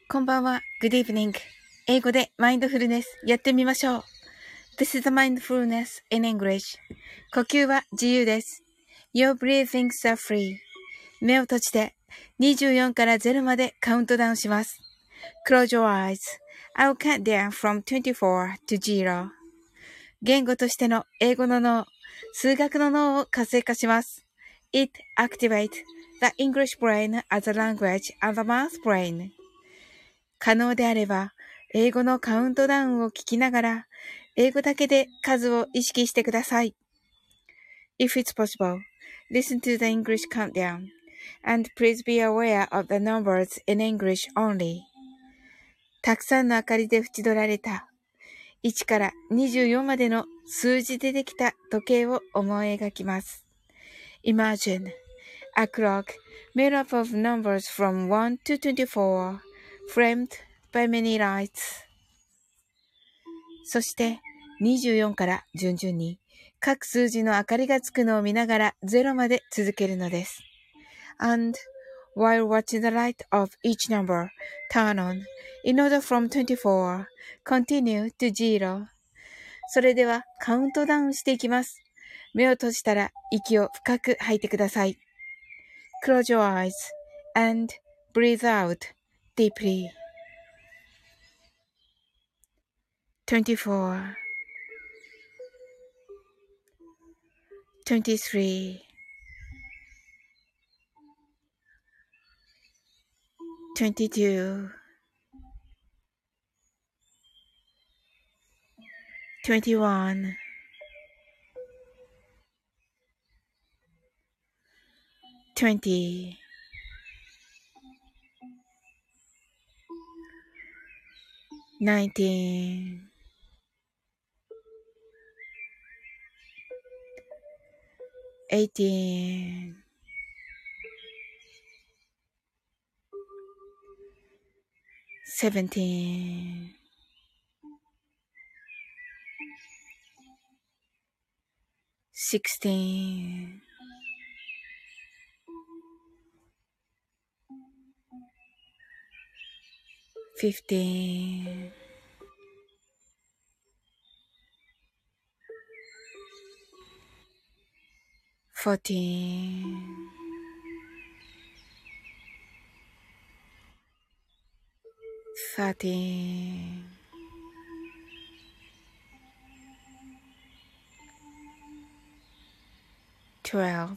こんばんは。Good evening. 英語でマインドフルネスやってみましょう。This is the mindfulness in English. 呼吸は自由です。Your breathings are free. 目を閉じて24から0までカウントダウンします。Close your eyes. I'll count down from 24 to 0. 言語としての英語の脳、数学の脳を活性化します。It activates the English brain as a language and the math brain. 可能であれば、英語のカウントダウンを聞きながら、英語だけで数を意識してください。If it's possible, listen to the English countdown, and please be aware of the numbers in English only. たくさんの明かりで縁取られた、1から24までの数字でできた時計を思い描きます。Imagine a clock made up of numbers from 1 to 24, framed by many lights. そして24から順々に各数字の明かりがつくのを見ながら0まで続けるのです。And while watching the light of each number turn on, in order from 24, continue to 0. それではカウントダウンしていきます。目を閉じたら息を深く吐いてください。Close your eyes and breathe out deeply. 24, 23, 22, 21, 20, 19, 18, 17, 16, 15, 14, 13, 12,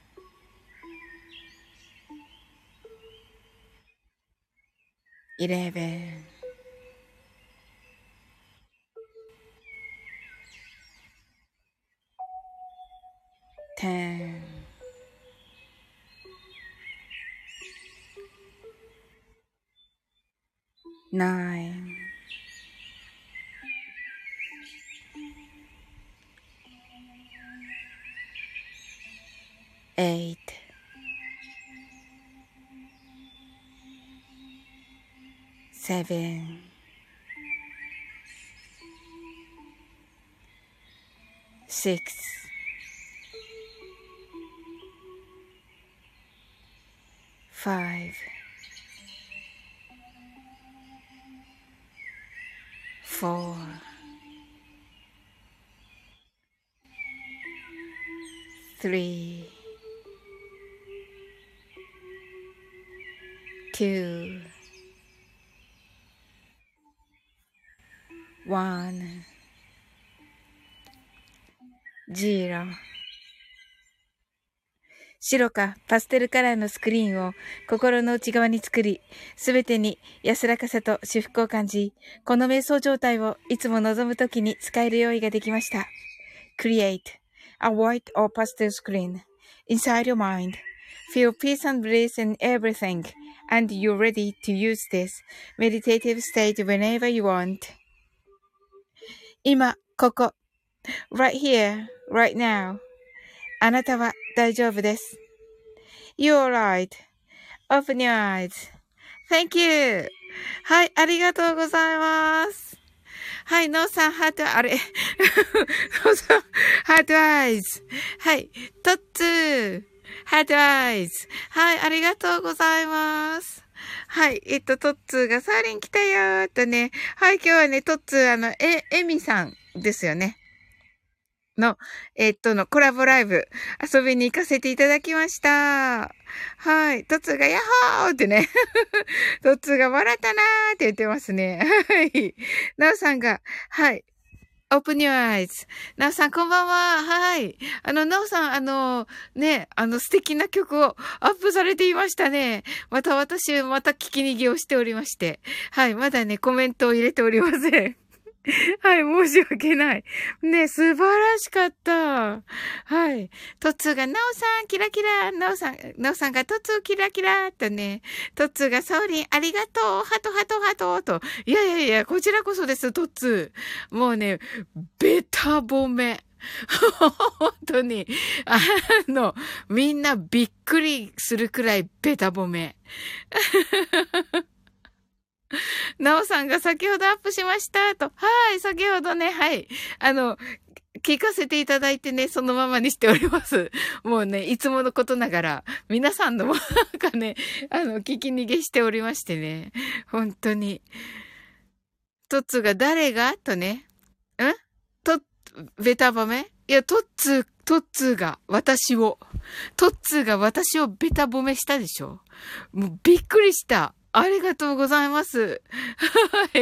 11, 10, 9, 8, 7, 6, 5, 4, 3, 2, 1, 0。白かパステルカラーのスクリーンを心の内側に作り、すべてに安らかさと至福を感じ、この瞑想状態をいつも望むときに使える用意ができました。Create a white or pastel screen inside your mind. Feel peace and bliss in everything, and you're ready to use this meditative state whenever you want. 今、ここ。Right here, right now. あなたは大丈夫です。You're right.Open your eyes. Thank you. はい、ありがとうございます。はい、ノーさん、ハート、あれノーさん、ハートアイズ。はい、トッツー、ハートアイズ。はい、ありがとうございます。 はい。トッツーがサーリン来たよーとね。はい、今日はね、トッツー、エミさんですよね。の、のコラボライブ、遊びに行かせていただきました。はい。トッツーがヤッホーってね。トッツーが笑ったなーって言ってますね。はい。ナオさんが、はい。Open your eyes. なおさん、こんばんは。はい。なおさん、ね、素敵な曲をアップされていましたね。また私、また聞き逃げをしておりまして。はい。まだね、コメントを入れておりません。はい、申し訳ない。ね、素晴らしかった。はい。トッツーが、ナオさん、キラキラ、ナオさんが、トッツー、キラキラ、とね、トッツーが、サオリン、ありがとう、ハト、ハト、ハト、と。いやいやいや、こちらこそです、トッツー。もうね、ベタ褒め。本当に、みんなびっくりするくらいベタ褒め。なおさんが先ほどアップしましたと。はい、先ほどね、はい。聞かせていただいてね、そのままにしております。もうね、いつものことながら、皆さんのもなんかね、聞き逃げしておりましてね。本当に。トッツーが誰がとね。ベタ褒めいや、トッツーが私をベタ褒めしたでしょ。もうびっくりした。ありがとうございます。はい。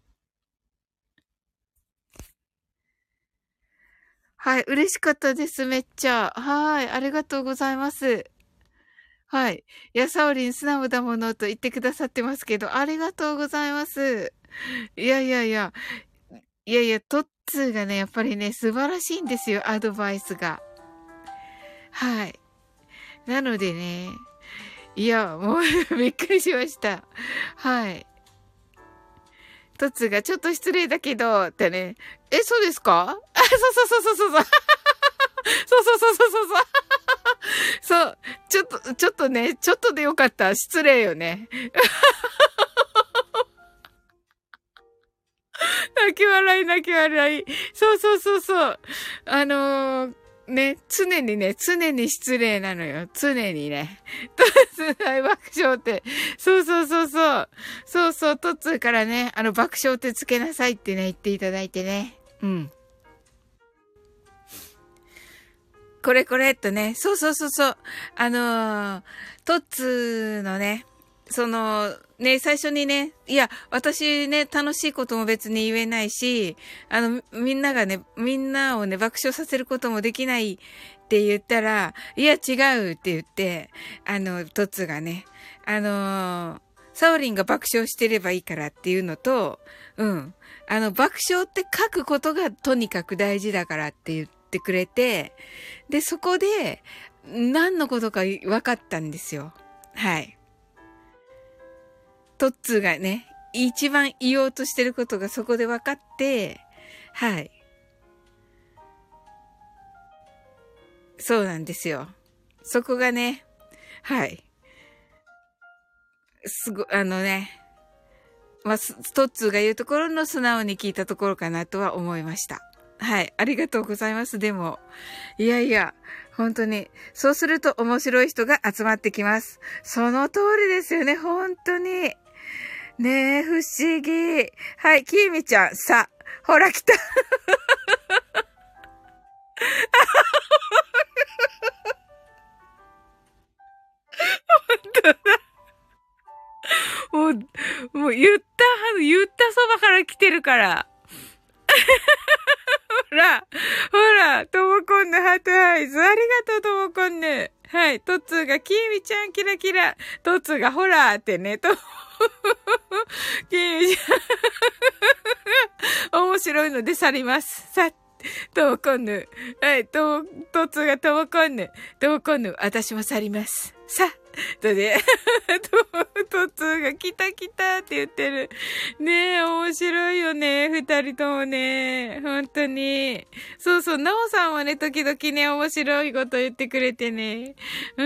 はい、嬉しかったです、めっちゃ。はい、ありがとうございます。はい。いや、サオリン素直だものと言ってくださってますけど、ありがとうございます。いやいやいや、いやいや、トッツーがね、やっぱりね、素晴らしいんですよ、アドバイスが。はい。なのでね、いや、もうびっくりしました。はい。トッツーがちょっと失礼だけど、ってね。そうですかあ、そうそうそうそうそう。そうそうそうそうそう。そう。ちょっとね、ちょっとでよかった。失礼よね。泣き笑い、泣き笑い。そうそうそうそう。ね、常に失礼なのよ。常にね。大爆笑って。そうそうそうそう。そうそう、トッツーからね、爆笑ってつけなさいってね、言っていただいてね。うん。これこれっとね、そうそうそうそう。トッツーのね、ね、最初にね、いや、私ね、楽しいことも別に言えないし、みんなをね、爆笑させることもできないって言ったら、いや、違うって言って、トッツーがね、サオリンが爆笑してればいいからっていうのと、うん、爆笑って書くことがとにかく大事だからって言ってくれて、で、そこで、何のことか分かったんですよ。はい。トッツーがね、一番言おうとしてることがそこで分かって、はい。そうなんですよ。そこがね、はい。まあ、トッツーが言うところの素直に聞いたところかなとは思いました。はい。ありがとうございます。でも、いやいや、本当に、そうすると面白い人が集まってきます。その通りですよね、本当に。ねえ、不思議。はい、きーみちゃん、ほら来た。本当だ。もう言ったそばから来てるから。ほら、ともこんぬハートアイズ。ありがとう、ともこんぬ。はい、トッツーが、きーみちゃんキラキラ。トッツーが、ほらってね、きーみちゃん。面白いので去ります。ともこんぬ。はい、トッツーがともこんぬ。ともこんぬ、私も去ります。とで、トッツーが来た来たって言ってる。ねえ、面白いよね。二人ともね。本当に。そうそう、なおさんはね、時々ね、面白いこと言ってくれてね。うん。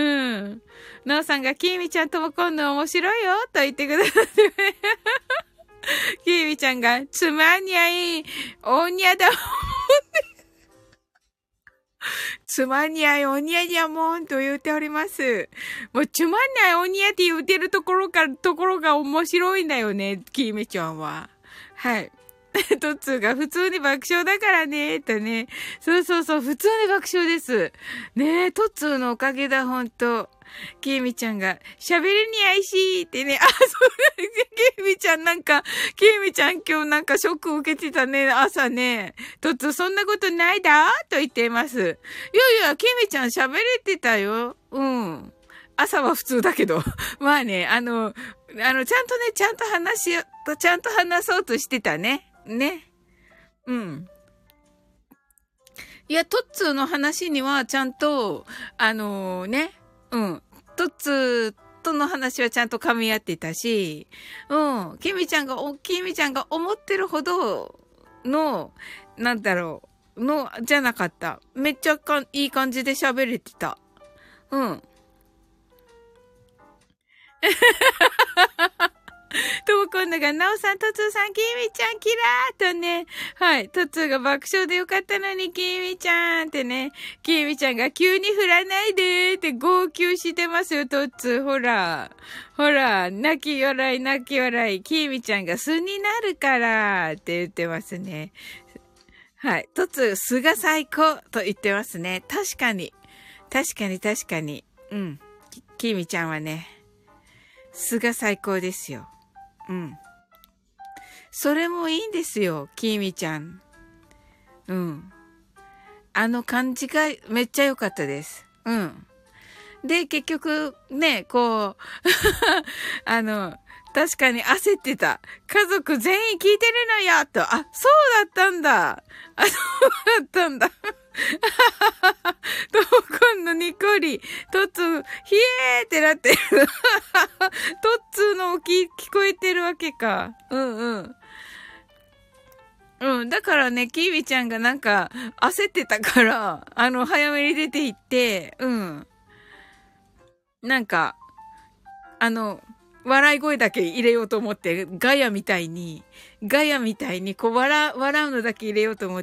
なおさんが、きーみちゃんとも今度面白いよと言ってくださってね。きーみちゃんが、つまんにゃい、おんにゃだもんね。 つまんにゃいおにやじゃもんと言っております。もうつまんないおにやって言ってるところが面白いんだよね、きみちゃんは。はい。トッツーが普通に爆笑だからね、とね。そうそうそう、普通に爆笑です。ねえ、トッツーのおかげだ、ほんと。きみちゃんが、喋りにゃいしってね。あ、そうきみちゃんなんか、きみちゃん今日なんかショック受けてたね、朝ね。トッツーそんなことないだと言っています。いやいや、きみちゃん喋れてたよ。うん。朝は普通だけど。まあね、ちゃんと話そうとしてたね。ね。うん。いや、トッツーの話にはちゃんと、ね。うん。トッツーとの話はちゃんと噛み合ってたし、うん。キミちゃんが思ってるほどの、なんだろう、じゃなかった。めっちゃいい感じで喋れてた。うん。とも今度が、なおさん、とつーさん、きみちゃん、キラーとね、はい、とつーが爆笑でよかったのに、きみちゃんってね、きみちゃんが急に振らないでって号泣してますよ、とつー。ほら、泣き笑い、きみちゃんが素になるからって言ってますね。はい、とつー、素が最高と言ってますね。確かに。うん。きみちゃんはね、素が最高ですよ。うん。それもいいんですよ、きみちゃん。うん。あの感じがめっちゃ良かったです。うん。で、結局、ね、こう、確かに焦ってた。家族全員聞いてるのよと。あ、そうだったんだ。そうだったんだ。今度ニコリ、トッツー、ひえーってなってる。トッツーの聞こえてるわけか。うん。だからね、キービちゃんがなんか焦ってたから、早めに出て行って、うん。なんか、笑い声だけ入れようと思って、ガヤみたいに、こう笑うのだけ入れようと思って、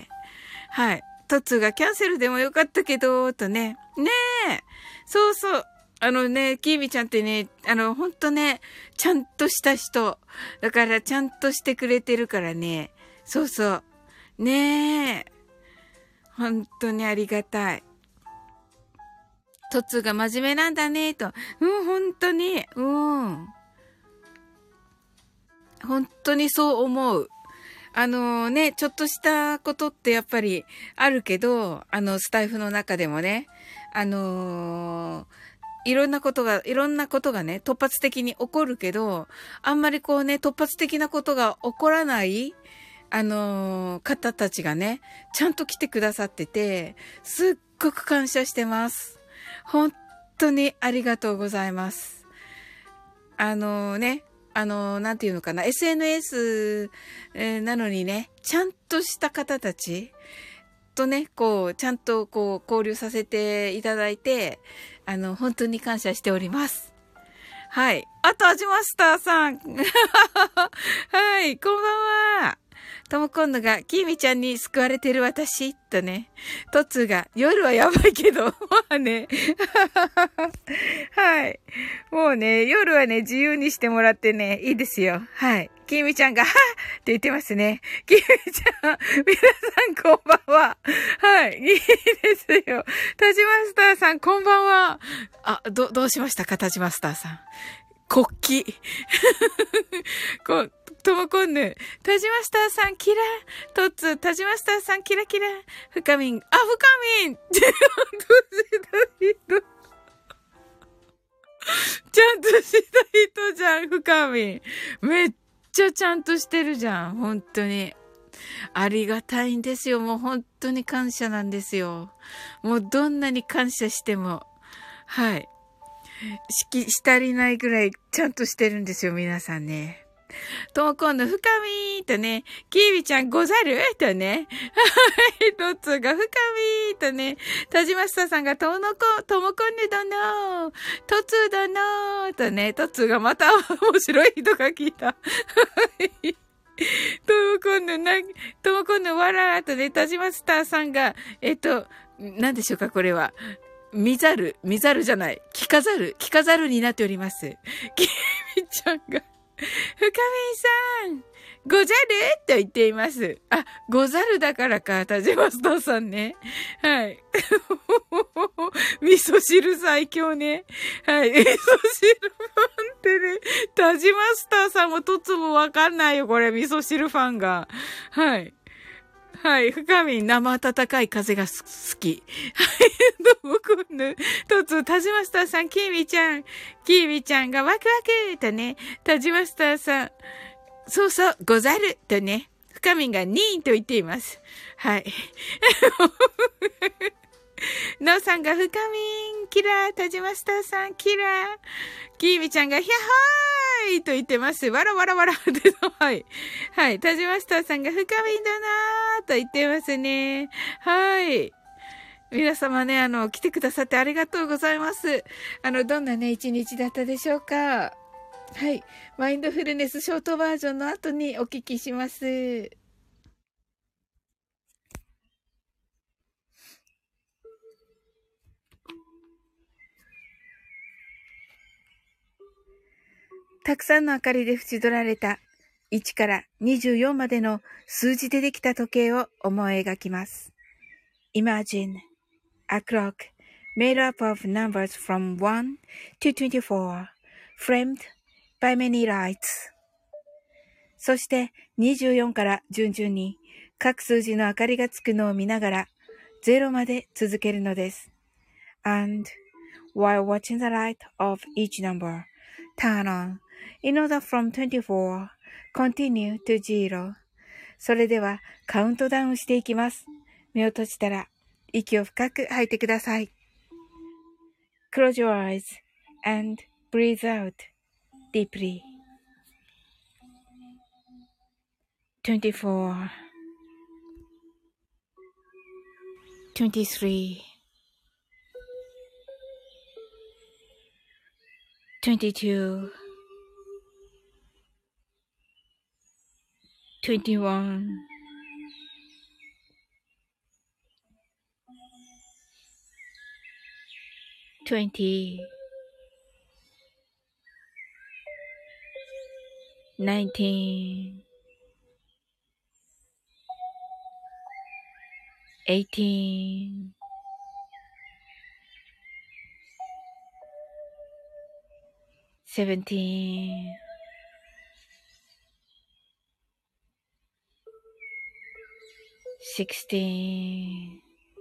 はい。トッツーがキャンセルでもよかったけど、とね。ねえ。そうそう。キーミちゃんってね、ほんとね、ちゃんとした人。だからちゃんとしてくれてるからね。そうそう。ねえ。本当にありがたい。トッツーが真面目なんだね、と。本当に。本当にそう思う。ちょっとしたことってやっぱりあるけど、スタイフの中でもね、いろんなことがね、突発的に起こるけど、あんまりこうね、突発的なことが起こらない、方たちがね、ちゃんと来てくださってて、すっごく感謝してます。本当にありがとうございます。なんていうのかな、SNS なのにね、ちゃんとした方たちとね、こう、ちゃんとこう、交流させていただいて、本当に感謝しております。はい。あと、アジマスターさん。はい、こんばんは。とも今度が、きみちゃんに救われてる私、とね。とつが、夜はやばいけど、まあね。はい。もうね、夜はね、自由にしてもらってね、いいですよ。はい。きみちゃんが、はっって言ってますね。きみちゃん、皆さんこんばんは。はい。いいですよ。タジマスターさん、こんばんは。あ、どうしましたか、タジマスターさん。国旗。ともこんぬ。タジマスターさん、キラー。トッツー、タジマスターさん、キラキラ。フカミン。あ、フカミンちゃんとした人じゃん、フカミン。めっちゃちゃんとしてるじゃん、本当に。ありがたいんですよ。もう本当に感謝なんですよ。もうどんなに感謝しても。はい。し足りないぐらいちゃんとしてるんですよ、皆さんね。ともこんの深みーとね、キービちゃんござるとね、はい、トッツーが深みーとね、タジマスタさんがともこんぬだなー、トッツーだなーとね、トッツーがまた面白い人が聞いた。ともこんのわらーとね、タジマスターさんが、 何でしょうか、これは。見ざるじゃない。聞かざるになっております。きみちゃんが、深みさん、ござると言っています。あ、ござるだからか、田島スターさんね。はい。味噌汁最強ね。はい。味噌汁ファンってね、田島スターさんもとつもわかんないよ、これ、味噌汁ファンが。はい。はい。深み、生温かい風が好き。はい。どうもこんな、とつ、田島スターさん、キーミちゃんがワクワクとね、田島スターさん、そうそう、ござるとね、深みがニーンと言っています。はい。なおさんが深みん、キラー、田島スターさん、キラー、キーミちゃんがヒャッハーイと言ってます。わらわらわら。はい。はい。田島スターさんが深みんだなーと言ってますね。はい。皆様ね、来てくださってありがとうございます。どんなね、一日だったでしょうか。はい。マインドフルネスショートバージョンの後にお聞きします。たくさんの明かりで縁取られた1から24までの数字でできた時計を思い描きます。Imagine a clock made up of numbers from 1 to 24, framed by many lights. そして24から順々に各数字の明かりがつくのを見ながら0まで続けるのです。And while watching the light of each number turn on in order from 24, continue to 0. それではカウントダウンしていきます。目を閉じたら息を深く吐いてください。Close your eyes and breathe out deeply. 24, 23, 22, 21, 20, 19, 18, 17, 16,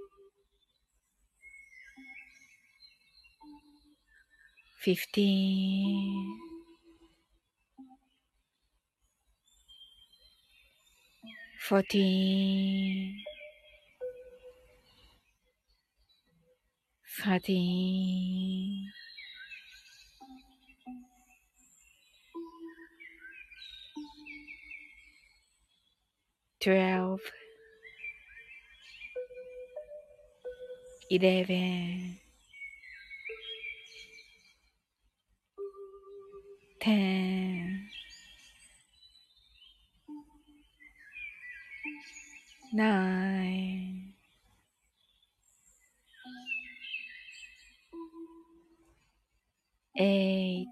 15, 14, 13, 12, 11, 10, 9, 8,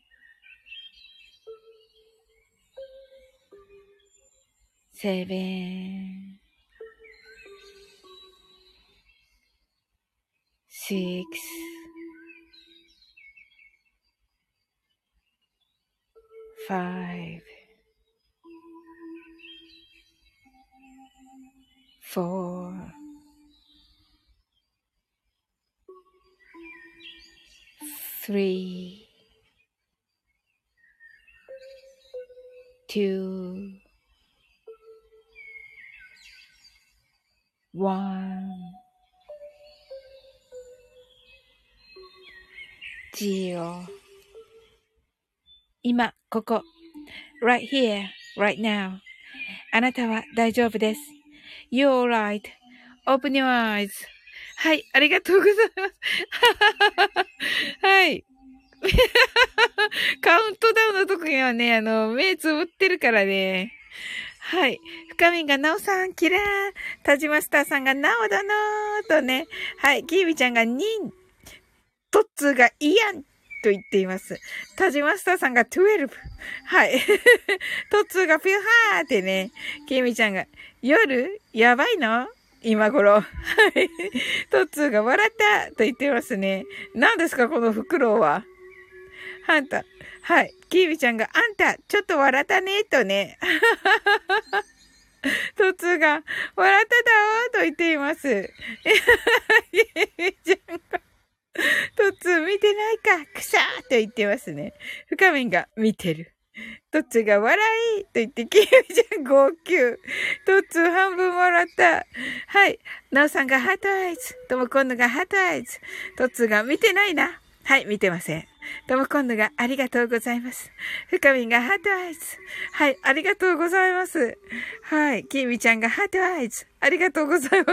7, 6, 5, 4, 3, 2, 1, 0. 今、ここ。right here, right now. あなたは大丈夫です。You're right.Open your eyes. はい、ありがとうございます。はい。カウントダウンの時にはね、目つぶってるからね。 はい。深みがなおさん、キラー。タジマスターさんがなおだなーとね。はい。キーミちゃんがニン。トッツーがイヤンと言っています。タジマスターさんが12。はい。トッツーがピューハーってね。キーミちゃんが夜やばいの今頃。はい。トッツーが笑ったと言ってますね。何ですかこのフクロウは。あんた。はい。キーミちゃんがあんた、ちょっと笑ったねとね。トツーが、笑っただおーと言っています。キーミちゃんが、トツー見てないか、くさーと言ってますね。深みんが、見てる。トツーが笑いと言って、キーミちゃん号泣。トツー半分笑った。はい。ナオさんがハートアイズ。とも今度がハートアイズ。トツーが見てないな。はい、見てません。とも今度がありがとうございます。深みんがハートアイズ。はい、ありがとうございます。はい、きみちゃんがハートアイズ。ありがとうございます。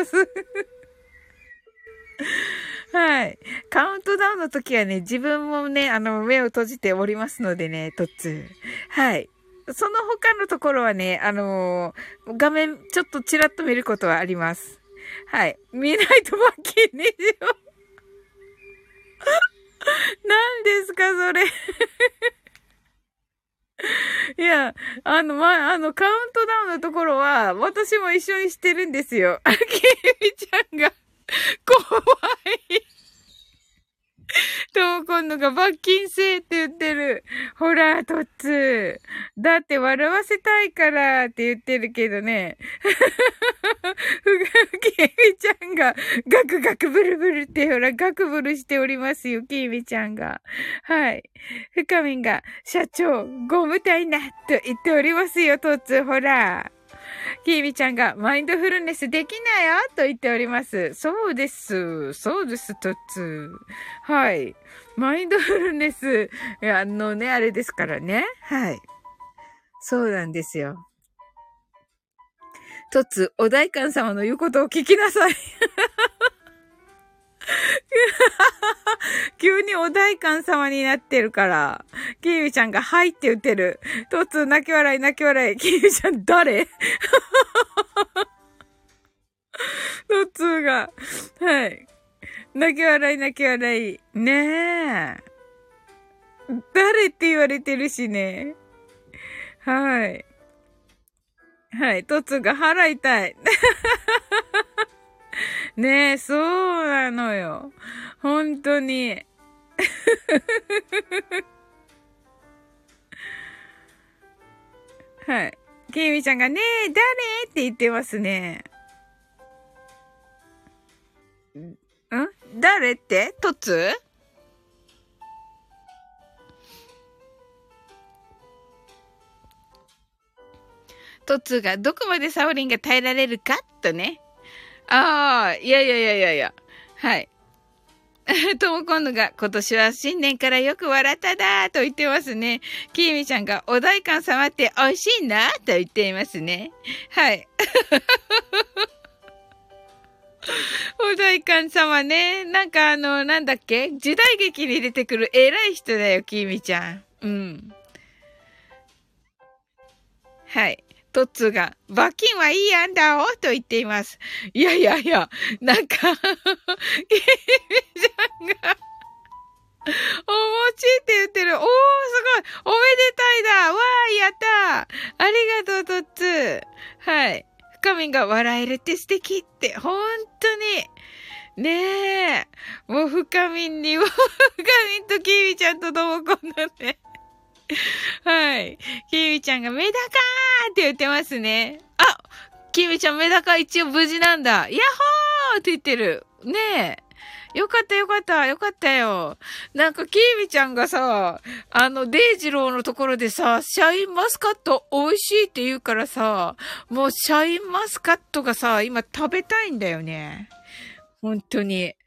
はい。カウントダウンの時はね、自分もね、目を閉じておりますのでね、トッツー。はい。その他のところはね、画面ちょっとチラッと見ることはあります。はい。見えないと罰金にしよう。何ですか、それ。いや、カウントダウンのところは、私も一緒にしてるんですよ。キミちゃんが、怖い。とも今度が罰金制って言ってる。ほら、トッツー。だって笑わせたいからって言ってるけどね。キミちゃんがガクガクブルブルってほらガクブルしておりますよ、キミちゃんが。はい。深みんが社長、ゴムたいなと言っておりますよ、トッツーほら。キミちゃんがマインドフルネスできないよと言っております。そうです。そうです、トッツー。はい。マインドフルネス、あれですからね。はい。そうなんですよ。トッツー、お代官様の言うことを聞きなさい。急にお代官様になってるから。キーミちゃんがはいって言ってる。トッツー泣き笑い泣き笑い。キーミちゃん誰トッツーが。はい。泣き笑い泣き笑い。ねえ。誰って言われてるしね。はい。はい。トッツーが払いたい。ねえ、そうなのよ。本当に。はい。キミちゃんがねえ、誰って言ってますね。誰ってトツトツがどこまでサオリンが耐えられるかとね。ああ、いやいやいやいやいや。はい。とも今度が今年は新年からよく笑っただと言ってますね。きみちゃんがお代官様って美味しいなと言っていますね。はい。お代官様ね。なんかなんだっけ時代劇に出てくる偉い人だよ、きみちゃん。うん。はい。トッツーが、罰金はいい案だおと言っています。いやいやいや、なんか、キミちゃんが、お餅って言ってる。おー、すごい。おめでたいだ。わー、やったー。ありがとう、トッツー。はい。深みが笑えるって素敵って、ほんとに。ねえ。もう深みに、深みんとキミちゃんとともこんなね。はい。キミちゃんがメダカーって言ってますね。あ、キミちゃんメダカ一応無事なんだ。ヤッホーって言ってる。ねえ。よかったよかった。よかったよ。なんかキミちゃんがさ、デイジローのところでさ、シャインマスカット美味しいって言うからさ、もうシャインマスカットがさ、今食べたいんだよね。本当に。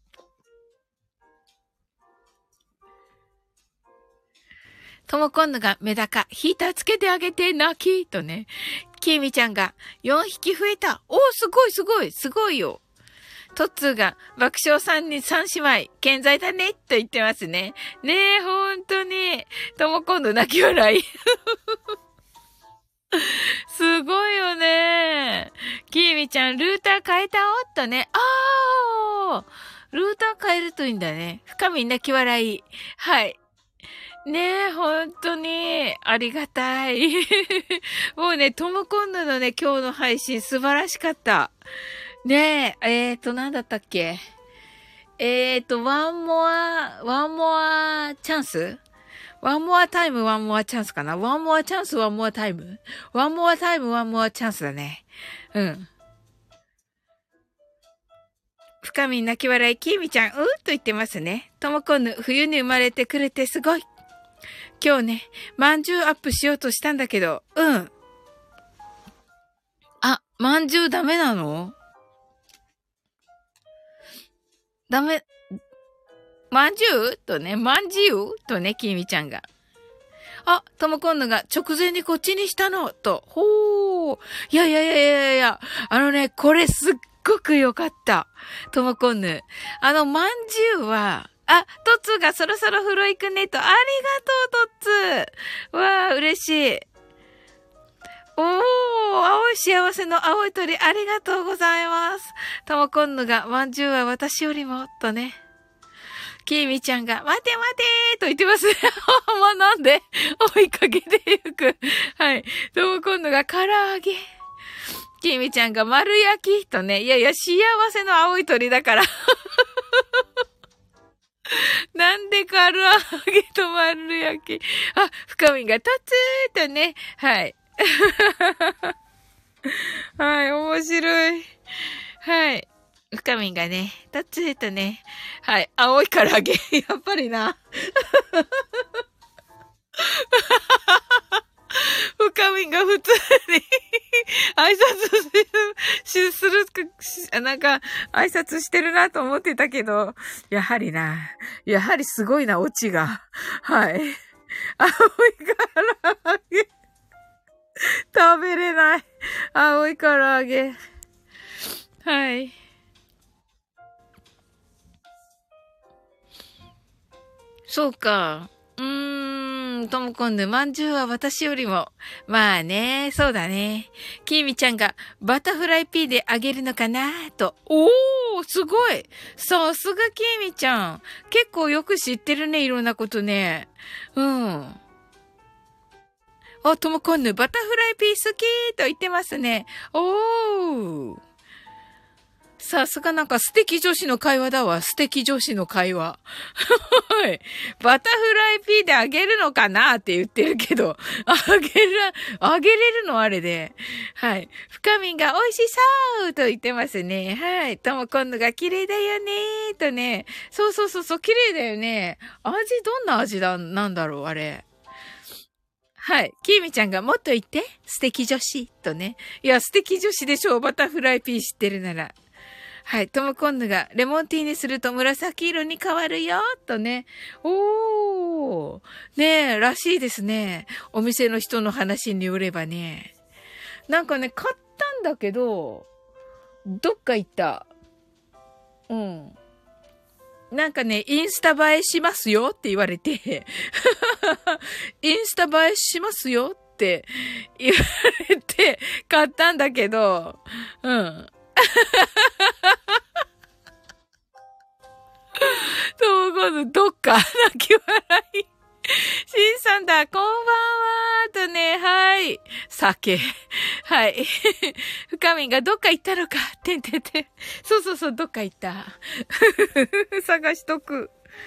とも今度がメダカ、ヒーターつけてあげて、泣きとね。キーミちゃんが、4匹増えた。おー、すごいすごい、すごいよ。トッツーが、爆笑3人3姉妹、健在だね、と言ってますね。ねえ、ほんとに。とも今度泣き笑い。 すごいよね。きーみちゃん、ルーター変えたおっとね。ルーター変えるといいんだね。深み泣き笑い。はい。ねえ、ほんとに、ありがたい。もうね、ともこんなのね、今日の配信素晴らしかった。ねえ、なんだったっけワンモアチャンスワンモアタイム、ワンモアチャンスかな。ワンモアチャンス、ワンモアタイムワンモアタイム、ワンモアチャンスだね。うん。深み泣き笑い、きみちゃん、と言ってますね。ともこんぬ、冬に生まれてくれてすごい。今日ね、まんじゅうアップしようとしたんだけど、まんじゅうダメなの？ダメ、まんじゅうとね、まんじゅうとね、きみちゃんが。ともこんぬが直前にこっちにしたのと。ほー。いや、これすっごく良かった。ともこんぬ。まんじゅうは、トッツーがそろそろ風呂行くねと。ありがとう、トッツー。わー、嬉しい。青い幸せの青い鳥、ありがとうございます。ともこんぬが、まんじゅうは私よりも、とね。きみちゃんが、待てーと言ってますね。なんで追いかけてゆく。はい。とも今度が唐揚げ。きみちゃんが丸焼きとね。いやいや、幸せの青い鳥だから。なんで唐揚げと丸焼き。深みが立つーとね。はい。はい、面白い。はい。深みがね、立つとね。はい。青い唐揚げ。やっぱりな。深みが普通に挨拶する、なんか、挨拶してるなと思ってたけど、やはりすごいな、オチが。はい。青い唐揚げ。食べれない。青い唐揚げ。はい。そうか。ともこんぬ、まんじゅうは私よりも。まあね、そうだね。きーみちゃんがバタフライピーであげるのかなと。すごい。さすがきーみちゃん。結構よく知ってるね、いろんなことね。うん。ともこんぬ、バタフライピー好きと言ってますね。さすがなんか素敵女子の会話だわ。素敵女子の会話。はい。バタフライピーであげるのかなって言ってるけど、あげれるのあれで。はい。深みが美味しそうと言ってますね。はい。とも今度が綺麗だよねとね。そう、綺麗だよね。どんな味なんだろう、あれ。はい。きーみちゃんがもっと言って、素敵女子とね。いや、素敵女子でしょう。バタフライピー知ってるなら。はい。トムコンヌがレモンティーにすると紫色に変わるよ、とね。ねえ、らしいですね。お店の人の話によればね。なんかね、買ったんだけど、どっか行った。うん。なんかね、インスタ映えしますよって言われて、インスタ映えしますよって言われて買ったんだけど、うん。そう、今度どっか泣き笑い。シンさんだ、こんばんはとね、はい。酒。はい。深みがどっか行ったのか、てんてんてん。そう、どっか行った。探しとく。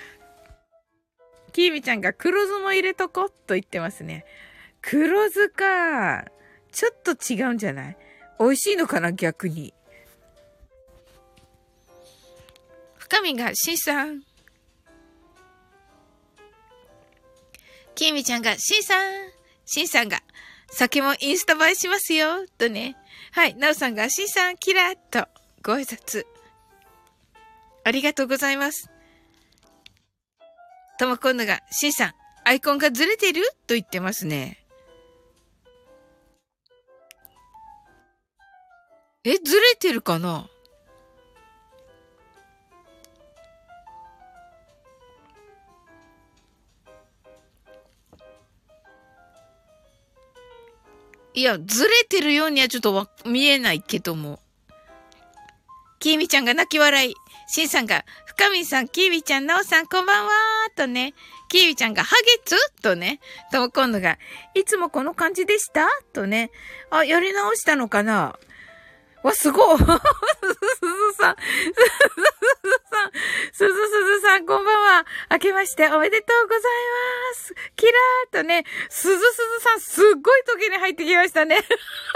きーみちゃんが黒酢も入れとこ、と言ってますね。黒酢か。ちょっと違うんじゃない？美味しいのかな、逆に。深みが、シンさん。きみちゃんが、シンさんが、酒もインスタ映えしますよ、とね。はい、なおさんが、シンさん、キラーっと、ご挨拶。ありがとうございます。ともこんのが、シンさん、アイコンがずれてると言ってますね。ずれてるかな？ いや、ずれてるようにはちょっと見えないけども。きーみちゃんが泣き笑い。しんさんが、深みさん、きーみちゃん、なおさん、こんばんはーとね。きーみちゃんが、ハゲツとね。とも今度が、いつもこの感じでしたとね。あ、やり直したのかなわ、すごい。すずさん、すずさん、こんばんは。明けましておめでとうございます。キラーとね、すずさん、すっごい時に入ってきましたね。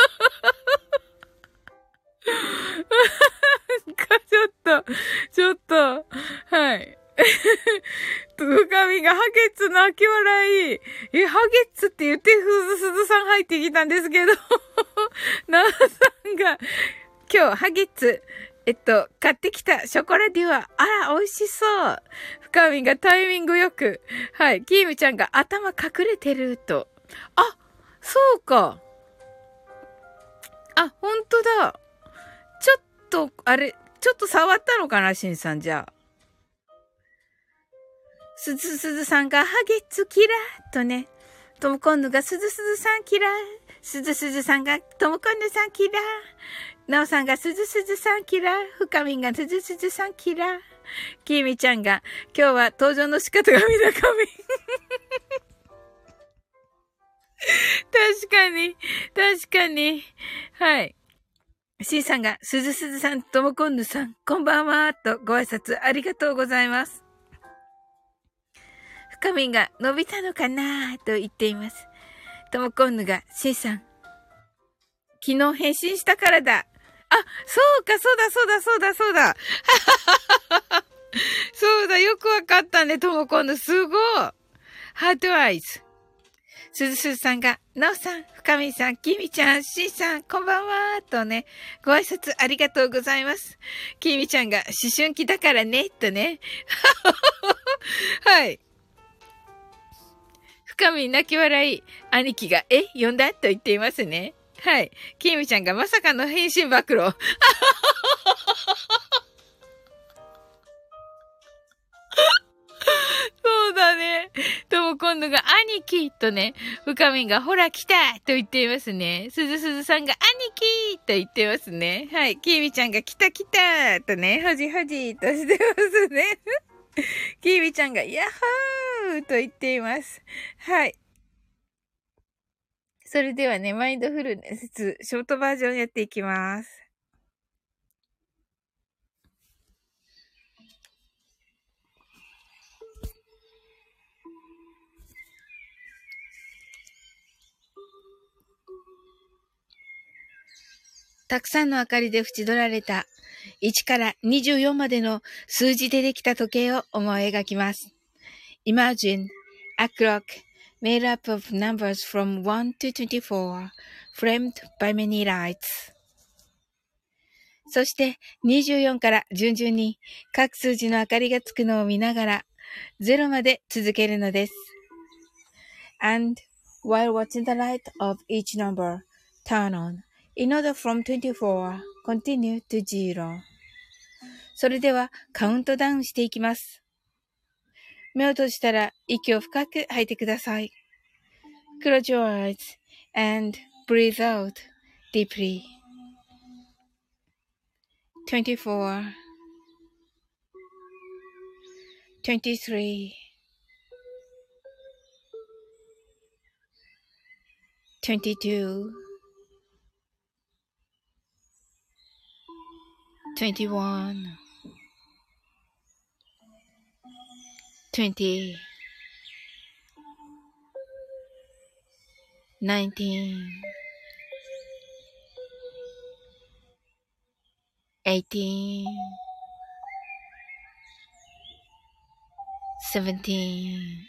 ちょっと、はい。深みがハゲツ泣き笑い。ハゲツって言ってすずさん入ってきたんですけど、なおさんが、今日、ハゲツ、買ってきたショコラデュア。あら、美味しそう。深みがタイミングよく。はい。キームちゃんが頭隠れてると。あ、そうか。あ、ほんとだ。ちょっと、あれ、ちょっと触ったのかな、しんさんじゃあ。すずさんがハゲツキラーとね。ともこんぬがすずさんキラー。すずさんがともこんぬさんキラー。なおさんがすずさんキラー。ふかみんがすずさんキラー。きみちゃんが今日は登場の仕方がみなかみ。確かに。はい。しんさんが、すずさん、ともこんぬさん、こんばんは、とご挨拶ありがとうございます。深みんが、伸びたのかなと言っています。ともこんぬが、しんさん、昨日返信したからだ。あ、そうか、そうだ。そうだ、よくわかったね、ともこんぬ、すごい。ハートアイズ。すずさんが、なおさん、深みさん、きみちゃん、しんさん、こんばんは、とね、ご挨拶ありがとうございます。きみちゃんが、思春期だからね、とね。はい。深み泣き笑い、兄貴が、呼んだと言っていますね。はい。きみちゃんがまさかの返信暴露。そうだね。とも今度が兄貴とね、深みがほら来たと言っていますね。すずさんが兄貴と言ってますね。はい。きみちゃんが来たとね、はじとしてますね。きみちゃんがヤッホーと言っています。はい。それではね、マインドフルネス、ショートバージョンやっていきます。たくさんの明かりで縁取られた1から24までの数字でできた時計を思い描きます。Imagine a clock made up of numbers from 1 to 24, framed by many lights. そして24から順々に各数字の明かりがつくのを見ながら0まで続けるのです。And while watching the light of each number turn on, in order from 24, continue to 0. それではカウントダウンしていきます。目を閉じたら息を深く吐いてください。Close your eyes and breathe out deeply. 24, 23, 22, 21, 20, 19, 18, 17,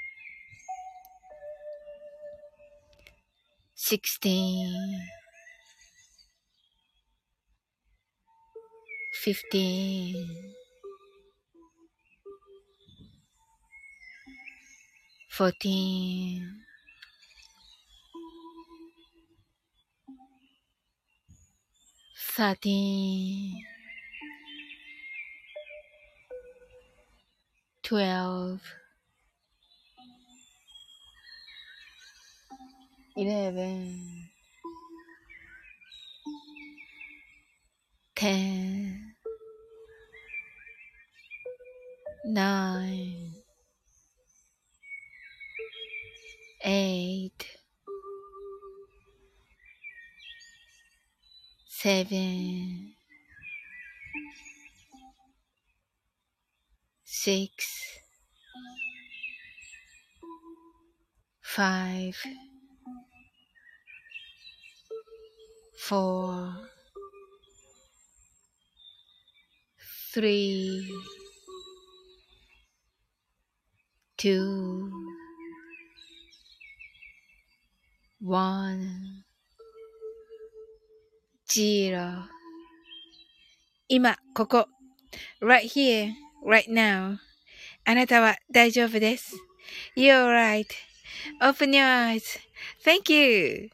16, 15, 14, 13, 12, 11, 10, 9, 8, 7, 6, 5, 4, 3, 2, 1, 0今、ここ。right here, right now. あなたは大丈夫です。You're right.Open your eyes. Thank you.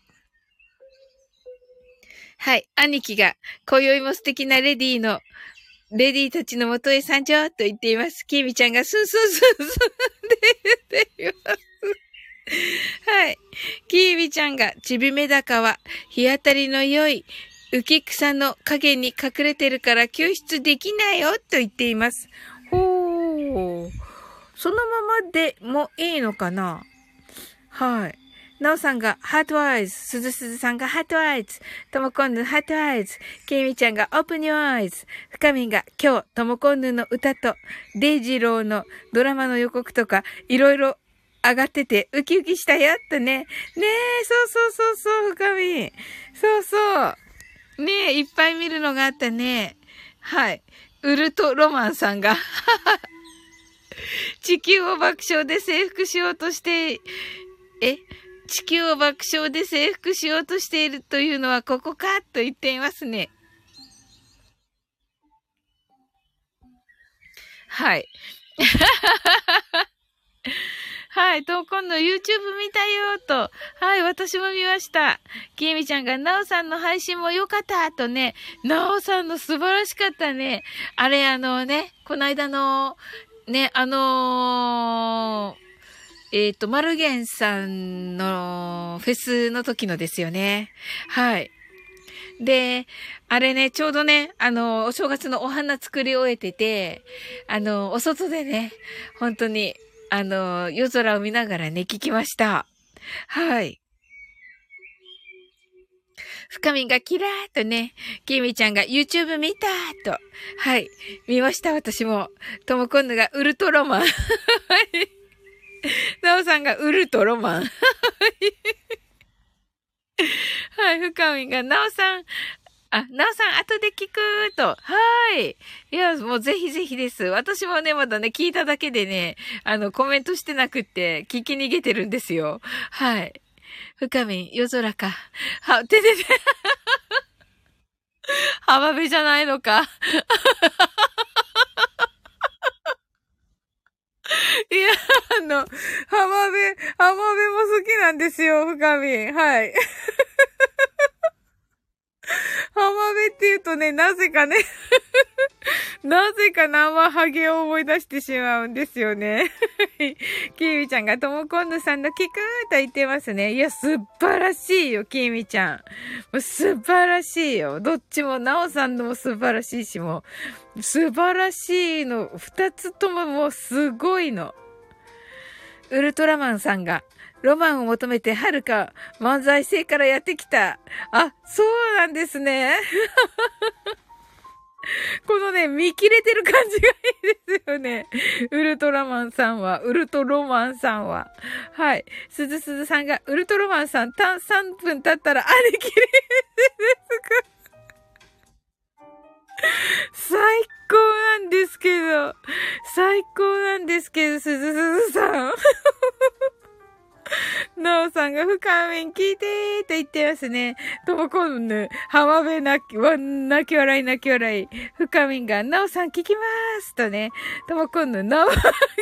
はい。兄貴が、今宵も素敵なレディたちのもとへ参上と言っています。キーミちゃんがスンスンスンスンって言っています。はい。キーミちゃんが、ちびめだかは、日当たりの良い浮草の影に隠れてるから救出できないよと言っています。ほー。そのままでもいいのかな？はい。なおさんがハートアイズ。すずすずさんがハートアイズ。ともこんぬハートアイズ。けいみちゃんがオープンユアアイズ。深みが今日ともこんぬの歌とデイジローのドラマの予告とかいろいろ上がっててウキウキしたよってね。ねえ、そう、深み。そう。ねえ、いっぱい見るのがあったね。はい。ウルトロマンさんが地球を爆笑で征服しようとして、地球を爆笑で征服しようとしているというのはここかと言っていますね。はい。はい。と、今度 YouTube 見たよと。はい。私も見ました。きえみちゃんが、なおさんの配信も良かったとね。なおさんの素晴らしかったね。あれ、この間の、ね、マルゲンさんのフェスの時のですよね。はい。で、あれね、ちょうどね、お正月のお花作り終えてて、お外でね、本当に、夜空を見ながらね、聞きました。はい。深みがキラーっとね、きみちゃんが YouTube 見たーと。はい。見ました、私も。ともこんぬがウルトロマン。はい。なおさんがウルトロマン。はい。深みがなおさん、なおさん、後で聞くと。はい。いや、もうぜひぜひです。私もね、まだね、聞いただけでね、コメントしてなくって、聞き逃げてるんですよ。はい。深み、夜空か。浜辺じゃないのか。いや、浜辺も好きなんですよ、深み。はい。浜辺って言うとね、なぜか生ハゲを思い出してしまうんですよね。キーミちゃんがともこんぬさんの聞くと言ってますね。いや、素晴らしいよ、キーミちゃん。もう素晴らしいよ。どっちも、なおさんのも素晴らしいし、もう、素晴らしいの。二つとももうすごいの。ウルトラマンさんが、ロマンを求めてはるか漫才生からやってきた。あ、そうなんですね。このね、見切れてる感じがいいですよね。ウルトラマンさんは、ウルトロマンさんは。はい。すずすずさんが、ウルトロマンさん、3分経ったら、あれ切れですか？最高なんですけど、すずすずさん。なおさんが深みん聞いてーと言ってますね。ともこんぬ、浜辺泣き笑い。深みんが、なおさん聞きまーすとね。ともこんぬ、なお、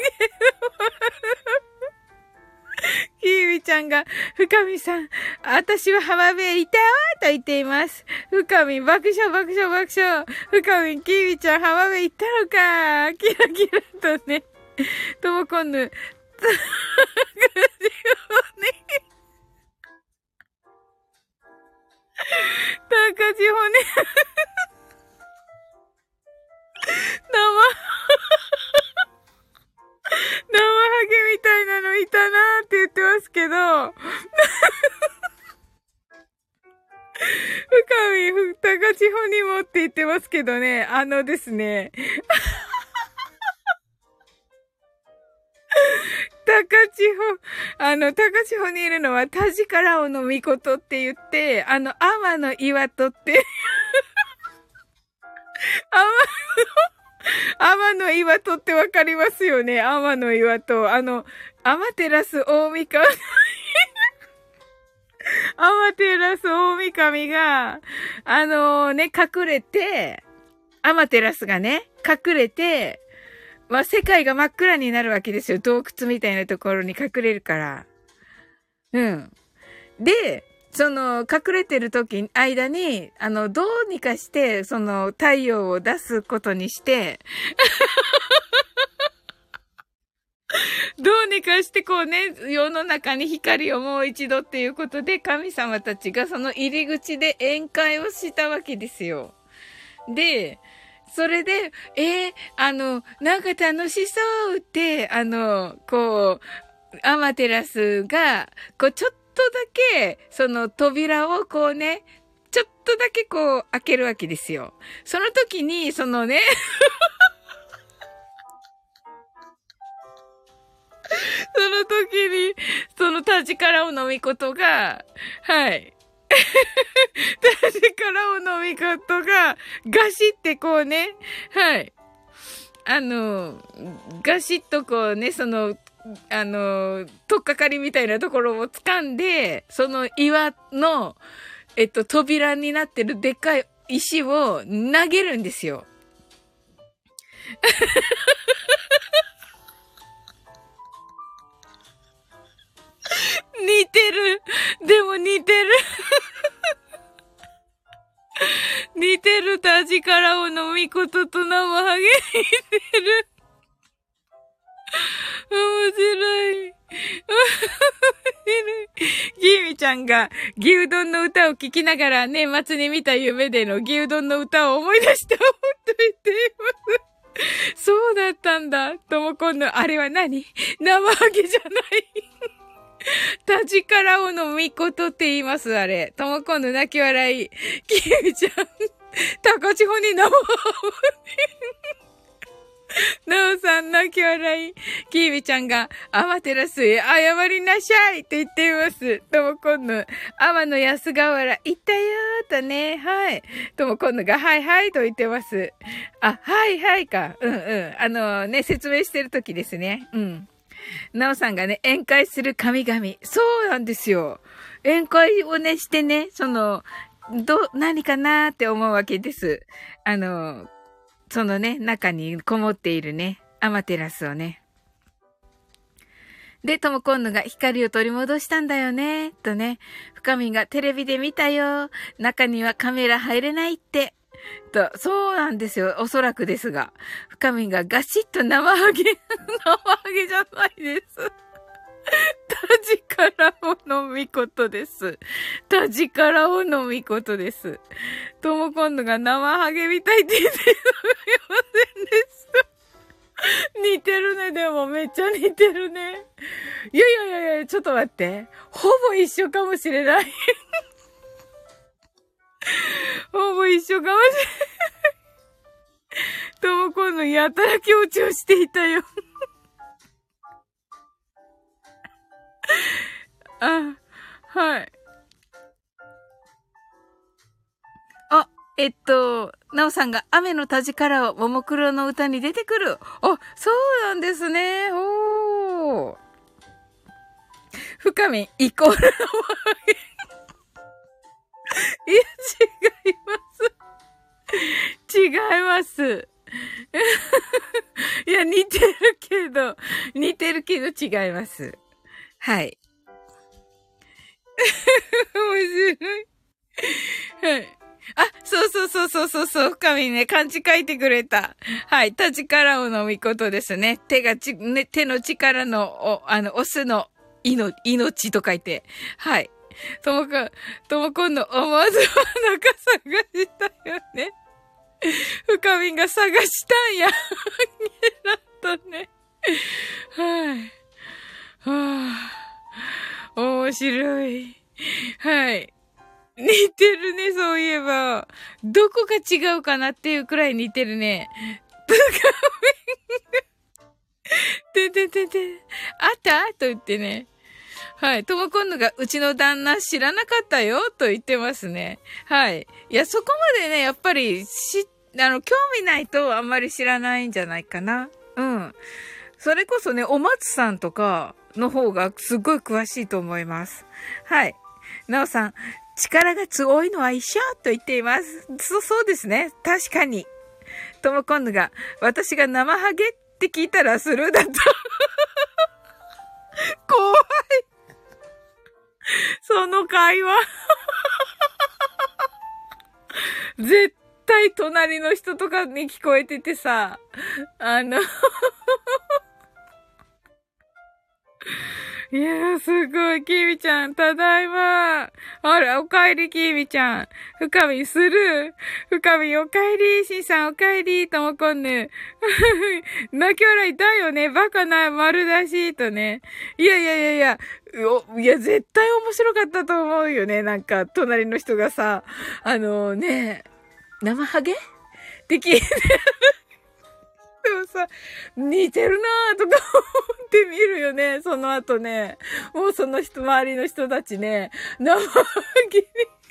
きーみちゃんが、深みさん、私は浜辺へいたわーと言っています。深み爆笑。深み、きーみちゃん浜辺行ったのかー。キラキラとね。ともこんぬ、高千穂ね。 千穂にもって言ってますけどね、ですね、高千穂にいるのは田力尾の御事って言って、天の岩戸って、天の岩戸ってわかりますよね、天の岩戸。天照大神天照大神が、隠れて、天照がね、隠れて、まあ、世界が真っ暗になるわけですよ。洞窟みたいなところに隠れるから。うん。で、隠れてる間に、どうにかして、太陽を出すことにして、どうにかしてこうね、世の中に光をもう一度っていうことで、神様たちがその入り口で宴会をしたわけですよ。で、それで、なんか楽しそうって、こう、アマテラスが、こう、ちょっとだけ、その扉をこうね、ちょっとだけこう、開けるわけですよ。その時に、そのね、その時に、その田力を飲みことが、はい。田力を飲みことが、ガシってこうね、はい。ガシッとこうね、とっかかりみたいなところを掴んで、その岩の、扉になってるでっかい石を投げるんですよ。似てる。でも似てる。似てる田力を飲みことと生ハゲ似てる。面白い。面白い。ギーミちゃんが牛丼の歌を聴きながら年末に見た夢での牛丼の歌を思い出して思っていています。そうだったんだ。ともこんのあれは何？生ハゲじゃない。田力をのみことって言います、あれ。ともこんの泣き笑い。キミちゃん、高千穂に生ハゲ。なおさん泣き笑い。キミちゃんが、アマテラスへ謝りなさいって言っています。ともこんの、天の安河原行ったよーとね。はい。ともこんのが、はいはいと言ってます。あ、はいはいか。うんうん。説明してる時ですね。うん。なおさんがね、宴会する神々。そうなんですよ。宴会をね、してね、何かなーって思うわけです。そのね、中にこもっているね、アマテラスをね。で、ともこんぬが光を取り戻したんだよね、とね。深みがテレビで見たよ。中にはカメラ入れないって。と、そうなんですよ。おそらくですが。深みがガシッと生ハゲじゃないです。田力を飲みことです。田力を飲みことです。とも今度が生ハゲみたいって言ってすみませんでした。似てるね、でもめっちゃ似てるね。いや、ちょっと待って。ほぼ一緒かもしれない。ほぼ一緒かもしれない。とも今度やたら強調していたよ。あ、はい。なおさんが雨の田力をももクロの歌に出てくる。あ、そうなんですね。おー。深みイコールのいや、違います。違います。いや、似てるけど違います。はい。面白い。はい。あ、そう、深みね、漢字書いてくれた。はい、田力を飲みことですね。手の力の、オスの命と書いて。はい。ともこんの思わず中探したよね。深みが探したんや。ゲラッとね。はい。はあ、面白い。はい。 似てるね、そういえば。どこが違うかなっていうくらい似てるね。あったと言ってね。はい。ともこんぬが、うちの旦那知らなかったよと言ってますね。はい。いや、そこまでね、やっぱり、興味ないとあんまり知らないんじゃないかな。うん。それこそね、お松さんとかの方がすごい詳しいと思います。はい。なおさん、力が強いのは一緒と言っています。そうですね。確かに。ともこんぬが、私が生ハゲって聞いたらスルーだった。怖い。その会話。絶対隣の人とかに聞こえててさ、いやー、すごい、きみちゃん、ただいま。あら、おかえり、きみちゃん。深みする。深み、おかえり、しんさん、おかえり、ともこんぬ。泣き笑いだよね。バカな、丸だし、とね。いや、絶対面白かったと思うよね。なんか、隣の人がさ、生ハゲって聞いてでもさ、似てるなぁとか思って見るよね。その後ね。もうその人、周りの人たちね、生ハゲに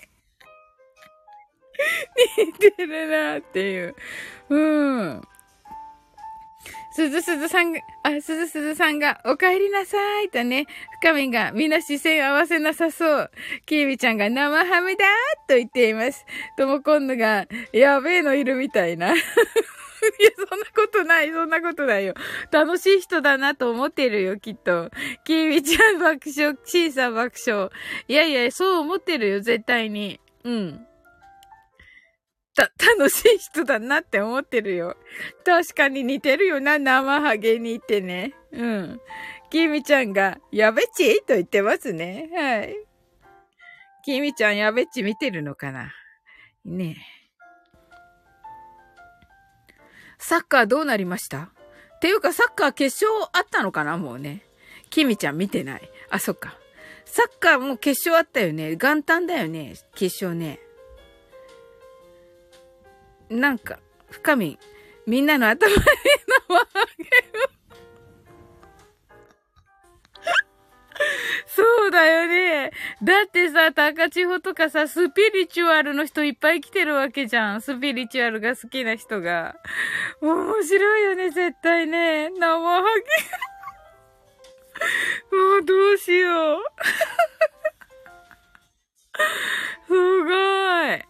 似てるなぁっていう。うん。すずさんが、お帰りなさいとね、深みがみんな視線合わせなさそう。きーみちゃんが生ハムだーと言っています。ともこんぬが、やべえのいるみたいな。いや、そんなことないよ。楽しい人だなと思ってるよ、きっと。きーみちゃん爆笑、シーさん爆笑。いや、そう思ってるよ、絶対に。うん。楽しい人だなって思ってるよ。確かに似てるよな、生ハゲにってね。うん。きみちゃんが、やべっちと言ってますね。はい。きみちゃんやべっち見てるのかなねえ。サッカーどうなりましたっていうかサッカー決勝あったのかなもうね。きみちゃん見てない。あ、そっか。サッカーもう決勝あったよね。元旦だよね。決勝ね。なんか、深み、みんなの頭に生ハゲを。そうだよね。だってさ、高千穂とかさ、スピリチュアルの人いっぱい来てるわけじゃん。スピリチュアルが好きな人が。面白いよね、絶対ね。生ハゲ。もうどうしよう。すごい。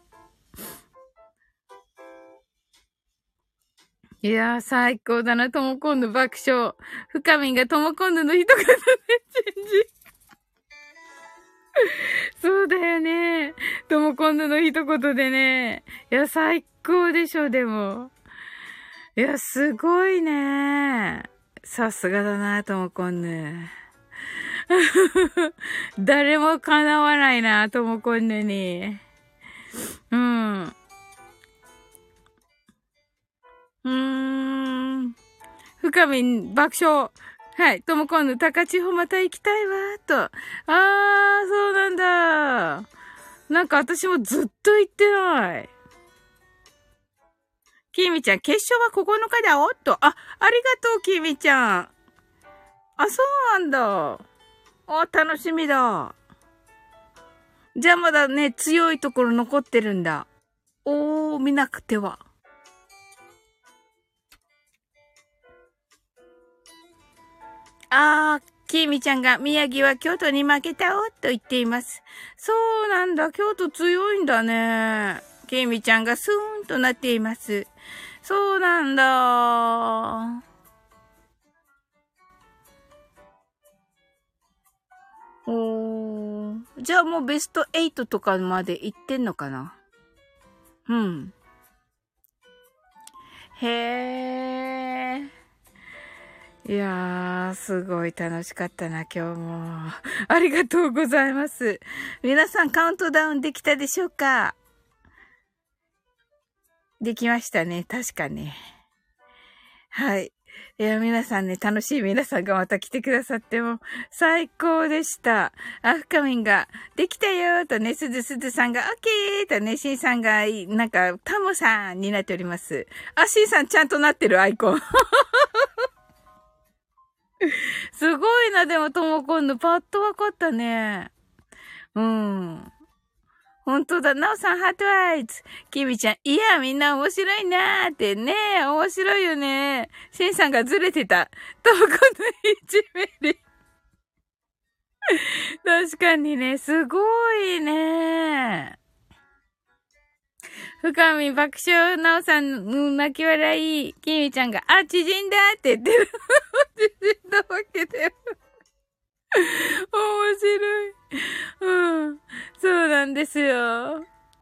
いやー、最高だな、ともこんぬ爆笑。深みんがともこんぬの一言でチェンジ。そうだよね。ともこんぬの一言でね。いや、最高でしょ、でも。いや、すごいね。さすがだな、ともこんぬ。誰も叶わないな、ともこんぬに。うん。深みん爆笑。はい。ともこんぬ、高千穂また行きたいわ、と。そうなんだ。なんか私もずっと行ってない。きみちゃん、決勝は9日だおっと。ありがとう、きみちゃん。そうなんだ。楽しみだ。じゃあまだね、強いところ残ってるんだ。見なくては。きみちゃんが宮城は京都に負けたおと言っています。そうなんだ。京都強いんだね。きみちゃんがスーンとなっています。そうなんだ。じゃあもうベスト8とかまで行ってんのかな？うん。へー。いやー、すごい楽しかったな、今日も。ありがとうございます。皆さんカウントダウンできたでしょうか？できましたね。確かね。はい。 いや、皆さんね、楽しい皆さんがまた来てくださっても、最高でした。あ、深みんが、できたよーとね、すずさんが、オッケーとね、しんさんが、なんか、タモさんになっております。あ、しんさんちゃんとなってるアイコン。すごいな、でも、ともこんの、パッとわかったね。うん。本当だ。なおさん、ハートアイズ。きみちゃん、いや、みんな面白いなーってね。面白いよね。しんさんがずれてた。とこのいじめり。確かにね、すごいね。深み爆笑、なおさん、泣き笑い。きみちゃんが、あ、縮んだって言ってる。縮んだわけだよ。面白い。うん。そうなんですよ。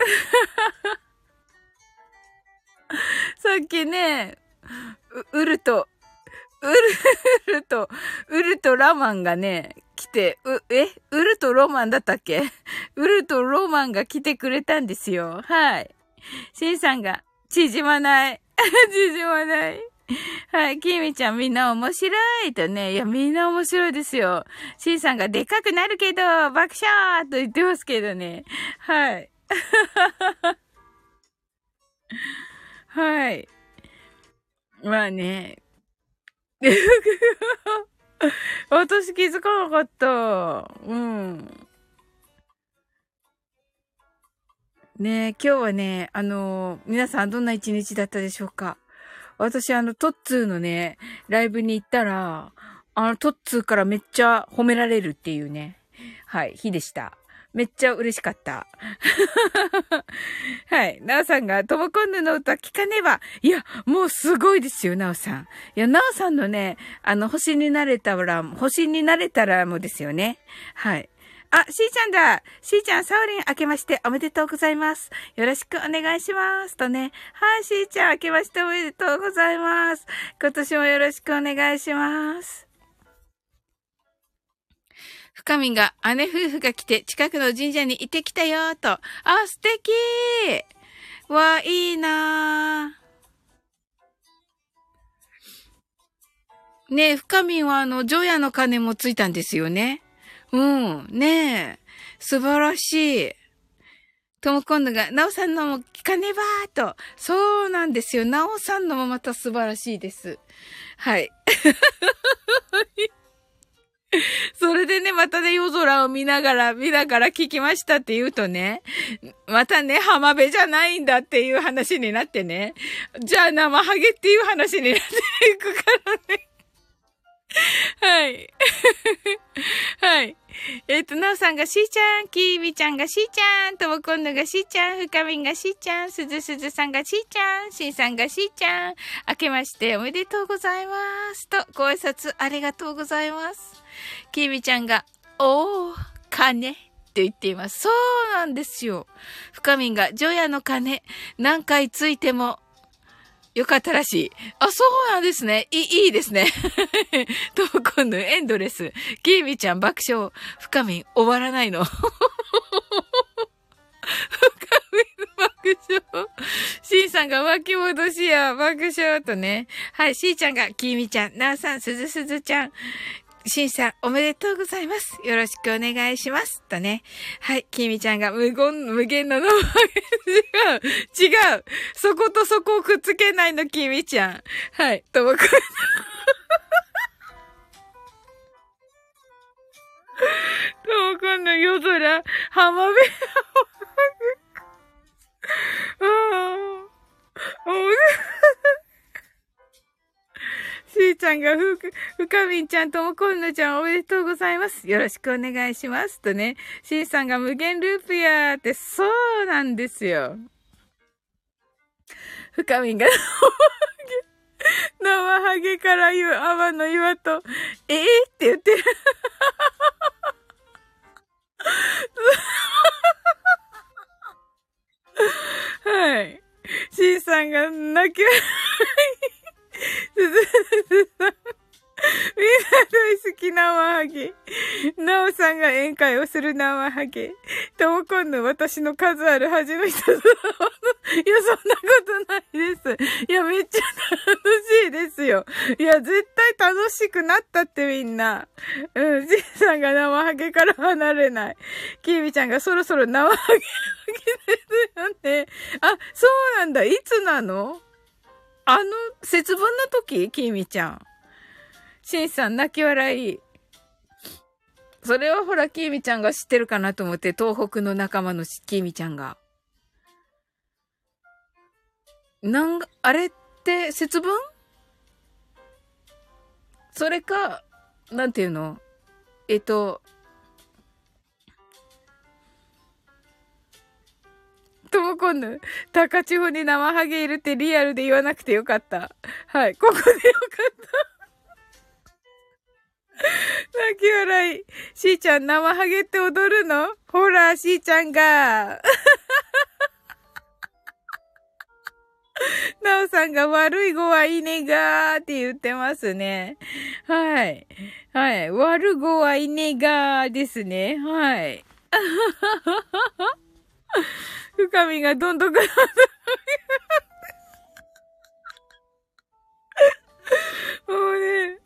さっきね、ウルトラマンがね、来て、ウルトロマンだったっけ？ウルトロマンが来てくれたんですよ。はい。シンさんが、縮まない。縮まない。はい。キミちゃんみんな面白いとね。いや、みんな面白いですよ。シンさんがでかくなるけど、爆笑と言ってますけどね。はい。はい。まあね。私気づかなかった。うん。ねえ、今日はね、皆さんどんな一日だったでしょうか？私トッツーのね、ライブに行ったら、トッツーからめっちゃ褒められるっていうね、はい、日でした。めっちゃ嬉しかった。はい。なおさんが、ともこんぬの歌聞かねば。いや、もうすごいですよ、なおさん。いや、なおさんのね、星になれたらもですよね。はい。あ、しーちゃんだ。しーちゃん、サオリン明けましておめでとうございます。よろしくお願いします。とね。はい、しーちゃん明けましておめでとうございます。今年もよろしくお願いします。深みが姉夫婦が来て近くの神社に行ってきたよと。あ、素敵わ、いいなねえ、深みは除夜の鐘もついたんですよね。うん、ねえ。素晴らしい。とも今度が、なおさんのも聞かねばーと。そうなんですよ。なおさんのもまた素晴らしいです。はい。それでね、またね、夜空を見ながら聞きましたって言うとね、またね、浜辺じゃないんだっていう話になってね、じゃあ生ハゲっていう話になっていくからね。はい。はい。なおさんがしーちゃん、きーみちゃんがしーちゃん、ともこんのがしーちゃん、ふかみんがしーちゃん、すずさんがしーちゃん、しんさんがしーちゃん、明けましておめでとうございます。と、ご挨拶ありがとうございます。きーみちゃんが、おー、鐘って言っています。そうなんですよ。ふかみんが、除夜の鐘、何回ついても、よかったらしい。あ、そうなんですね。いいですね。と、今度エンドレス。キーミちゃん爆笑。深み終わらないの。深み爆笑。シンさんが巻き戻しや爆笑とね。はい、シーちゃんがキーミちゃん、ナーさん、すずちゃん。シンさん、おめでとうございます。よろしくお願いします。とね。はい、キミちゃんが無限の違う。そことそこをくっつけないの、キミちゃん。はい、ともくん。ともくんの夜空、浜辺。しーちゃんがふかみんちゃんともこんのちゃんおめでとうございます。よろしくお願いします。とね。しーさんが無限ループやーって、そうなんですよ。ふかみんが生ハゲから泡の岩と、って言ってる。はい。しーさんが泣き笑い。すずさん。みんな大好き生ハゲ。なおさんが宴会をする生ハゲ。ともこんの私の数ある恥の一つ。 いや、そんなことないです。いや、めっちゃ楽しいですよ。いや、絶対楽しくなったってみんな。うん、じいさんが生ハゲから離れない。きーみちゃんがそろそろ生ハゲですよね。あ、そうなんだ。いつなの？節分の時？きーみちゃん。しんさん、泣き笑い。それはほら、きーみちゃんが知ってるかなと思って、東北の仲間のきーみちゃんが。あれって節分？それか、なんていうの？ともこんぬ、高千穂に生ハゲいるってリアルで言わなくてよかった。はい、ここでよかった。泣き笑い。しーちゃん、生ハゲって踊るの？ほら、しーちゃんが。なおさんが悪い語はいいねがーって言ってますね。はい。はい。悪い語はいいねがーですね。はい。深みがどんどんかもうね、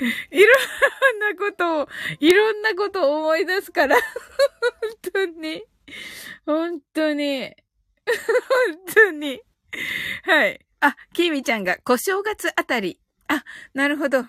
いろんなことを思い出すから。本当に。本当に。本当に。はい。あ、きみちゃんが小正月あたり。あ、なるほど。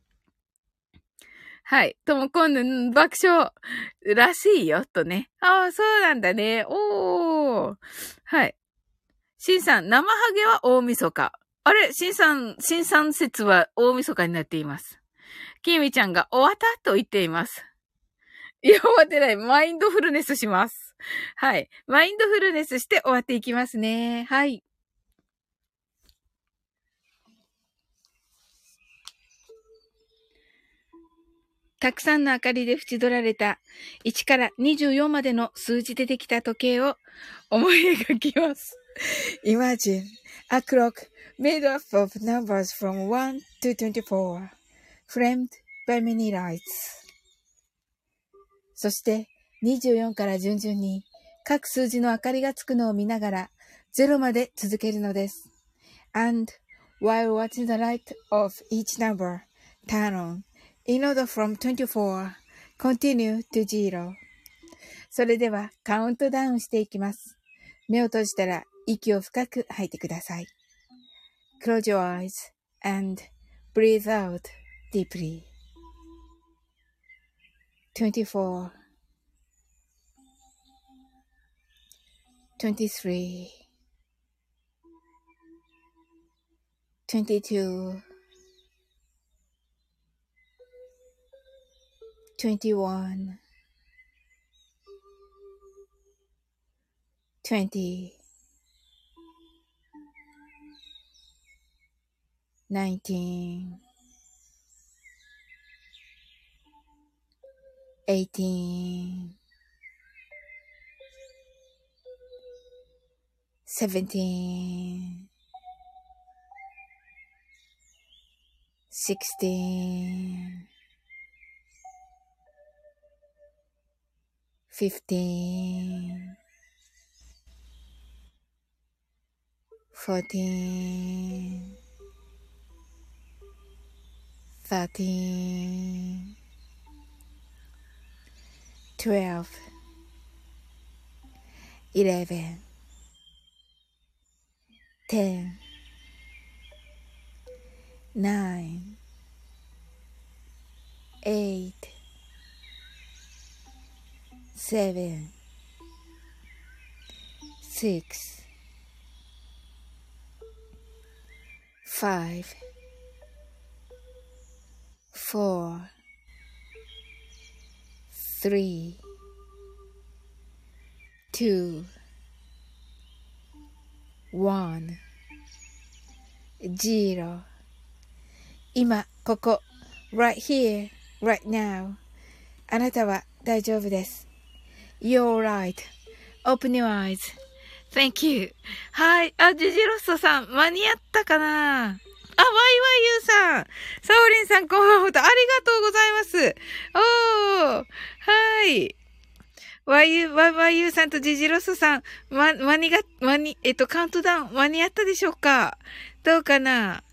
はい。ともこんぬ爆笑らしいよ、とね。ああ、そうなんだね。おー。はい。しんさん、生ハゲは大晦日。あれ、しんさん説は大晦日になっています。きみちゃんが終わったと言っています。いや、終わってない。マインドフルネスします。はい。マインドフルネスして終わっていきますね。はい。たくさんの明かりで縁取られた1から24までの数字でできた時計を思い描きます。Imagine a clock made up of numbers from 1 to 24, framed by many lights. そして24から順々に各数字の明かりがつくのを見ながら0まで続けるのです。And while watching the light of each number turn on,In order from 24, continue to 0. それではカウントダウンしていきます。目を閉じたら息を深く吐いてください。Close your eyes and breathe out deeply. 24, 23, 22, 21, 20, 19, 18, 17, 16, 15, 14, 13, 12, 11, 10, 9, 8, 7, 6, 5, 4, 3, 2, 1, 0. 今、ここ、right here, right now. あなたは大丈夫です。You're right.Open your eyes.Thank you. はい。あ、ジジロッソさん、間に合ったかな？あ、ワイワイユーさん。サオリンさん、こんばんは。ありがとうございます。おー。はい。 YYU さんとジジロスさん、カウントダウン間に合ったでしょうか？どうかな？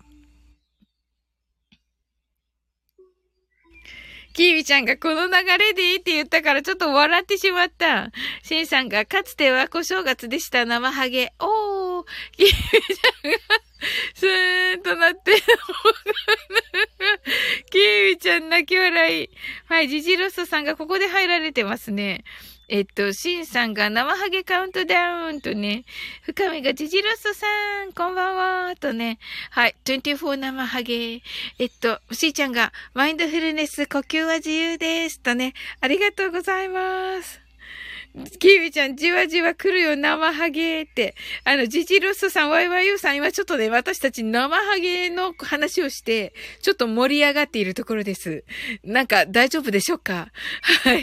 キービちゃんがこの流れでいいって言ったからちょっと笑ってしまった。シンさんがかつては小正月でした生ハゲ。おー、キービちゃんがスーンとなって。キービちゃん泣き笑い。はい、ジジロスさんがここで入られてますね。シンさんが生ハゲカウントダウンとね、深見がジジロスさん、こんばんは、とね、はい、24生ハゲ。しーちゃんがマインドフルネス呼吸は自由です、とね、ありがとうございます。キービちゃん、じわじわ来るよ、生ハゲって。ジジロスさん、YYU さん、今ちょっとね、私たち生ハゲの話をして、ちょっと盛り上がっているところです。なんか、大丈夫でしょうか？はい。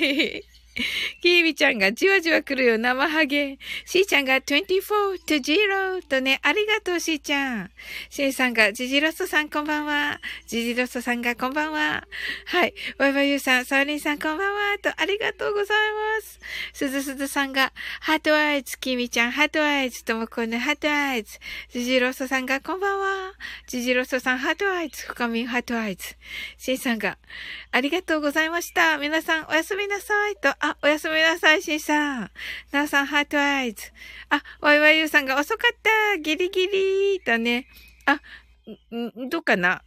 キービちゃんがじわじわ来るよ、生ハゲ。シーちゃんが24 to 0とね、ありがとう、シーちゃん。シンさんがジジロスさんこんばんは。ジジロスさんがこんばんは。はい。ワイワイユーさん、サーリンさんこんばんは。と、ありがとうございます。すずすずさんが、ハートアイズ、キミちゃん、ハートアイズ、ともこんのハートアイズ。ジジロスさんがこんばんは。ジジロスさん、ハートアイズ、深みハートアイズ。シンさんが、ありがとうございました。皆さん、おやすみなさい。と、おやすみなさい、シンさん。なおさん、ハートアイズ。YYU さんが遅かった。ギリギリ。とね。どうかな？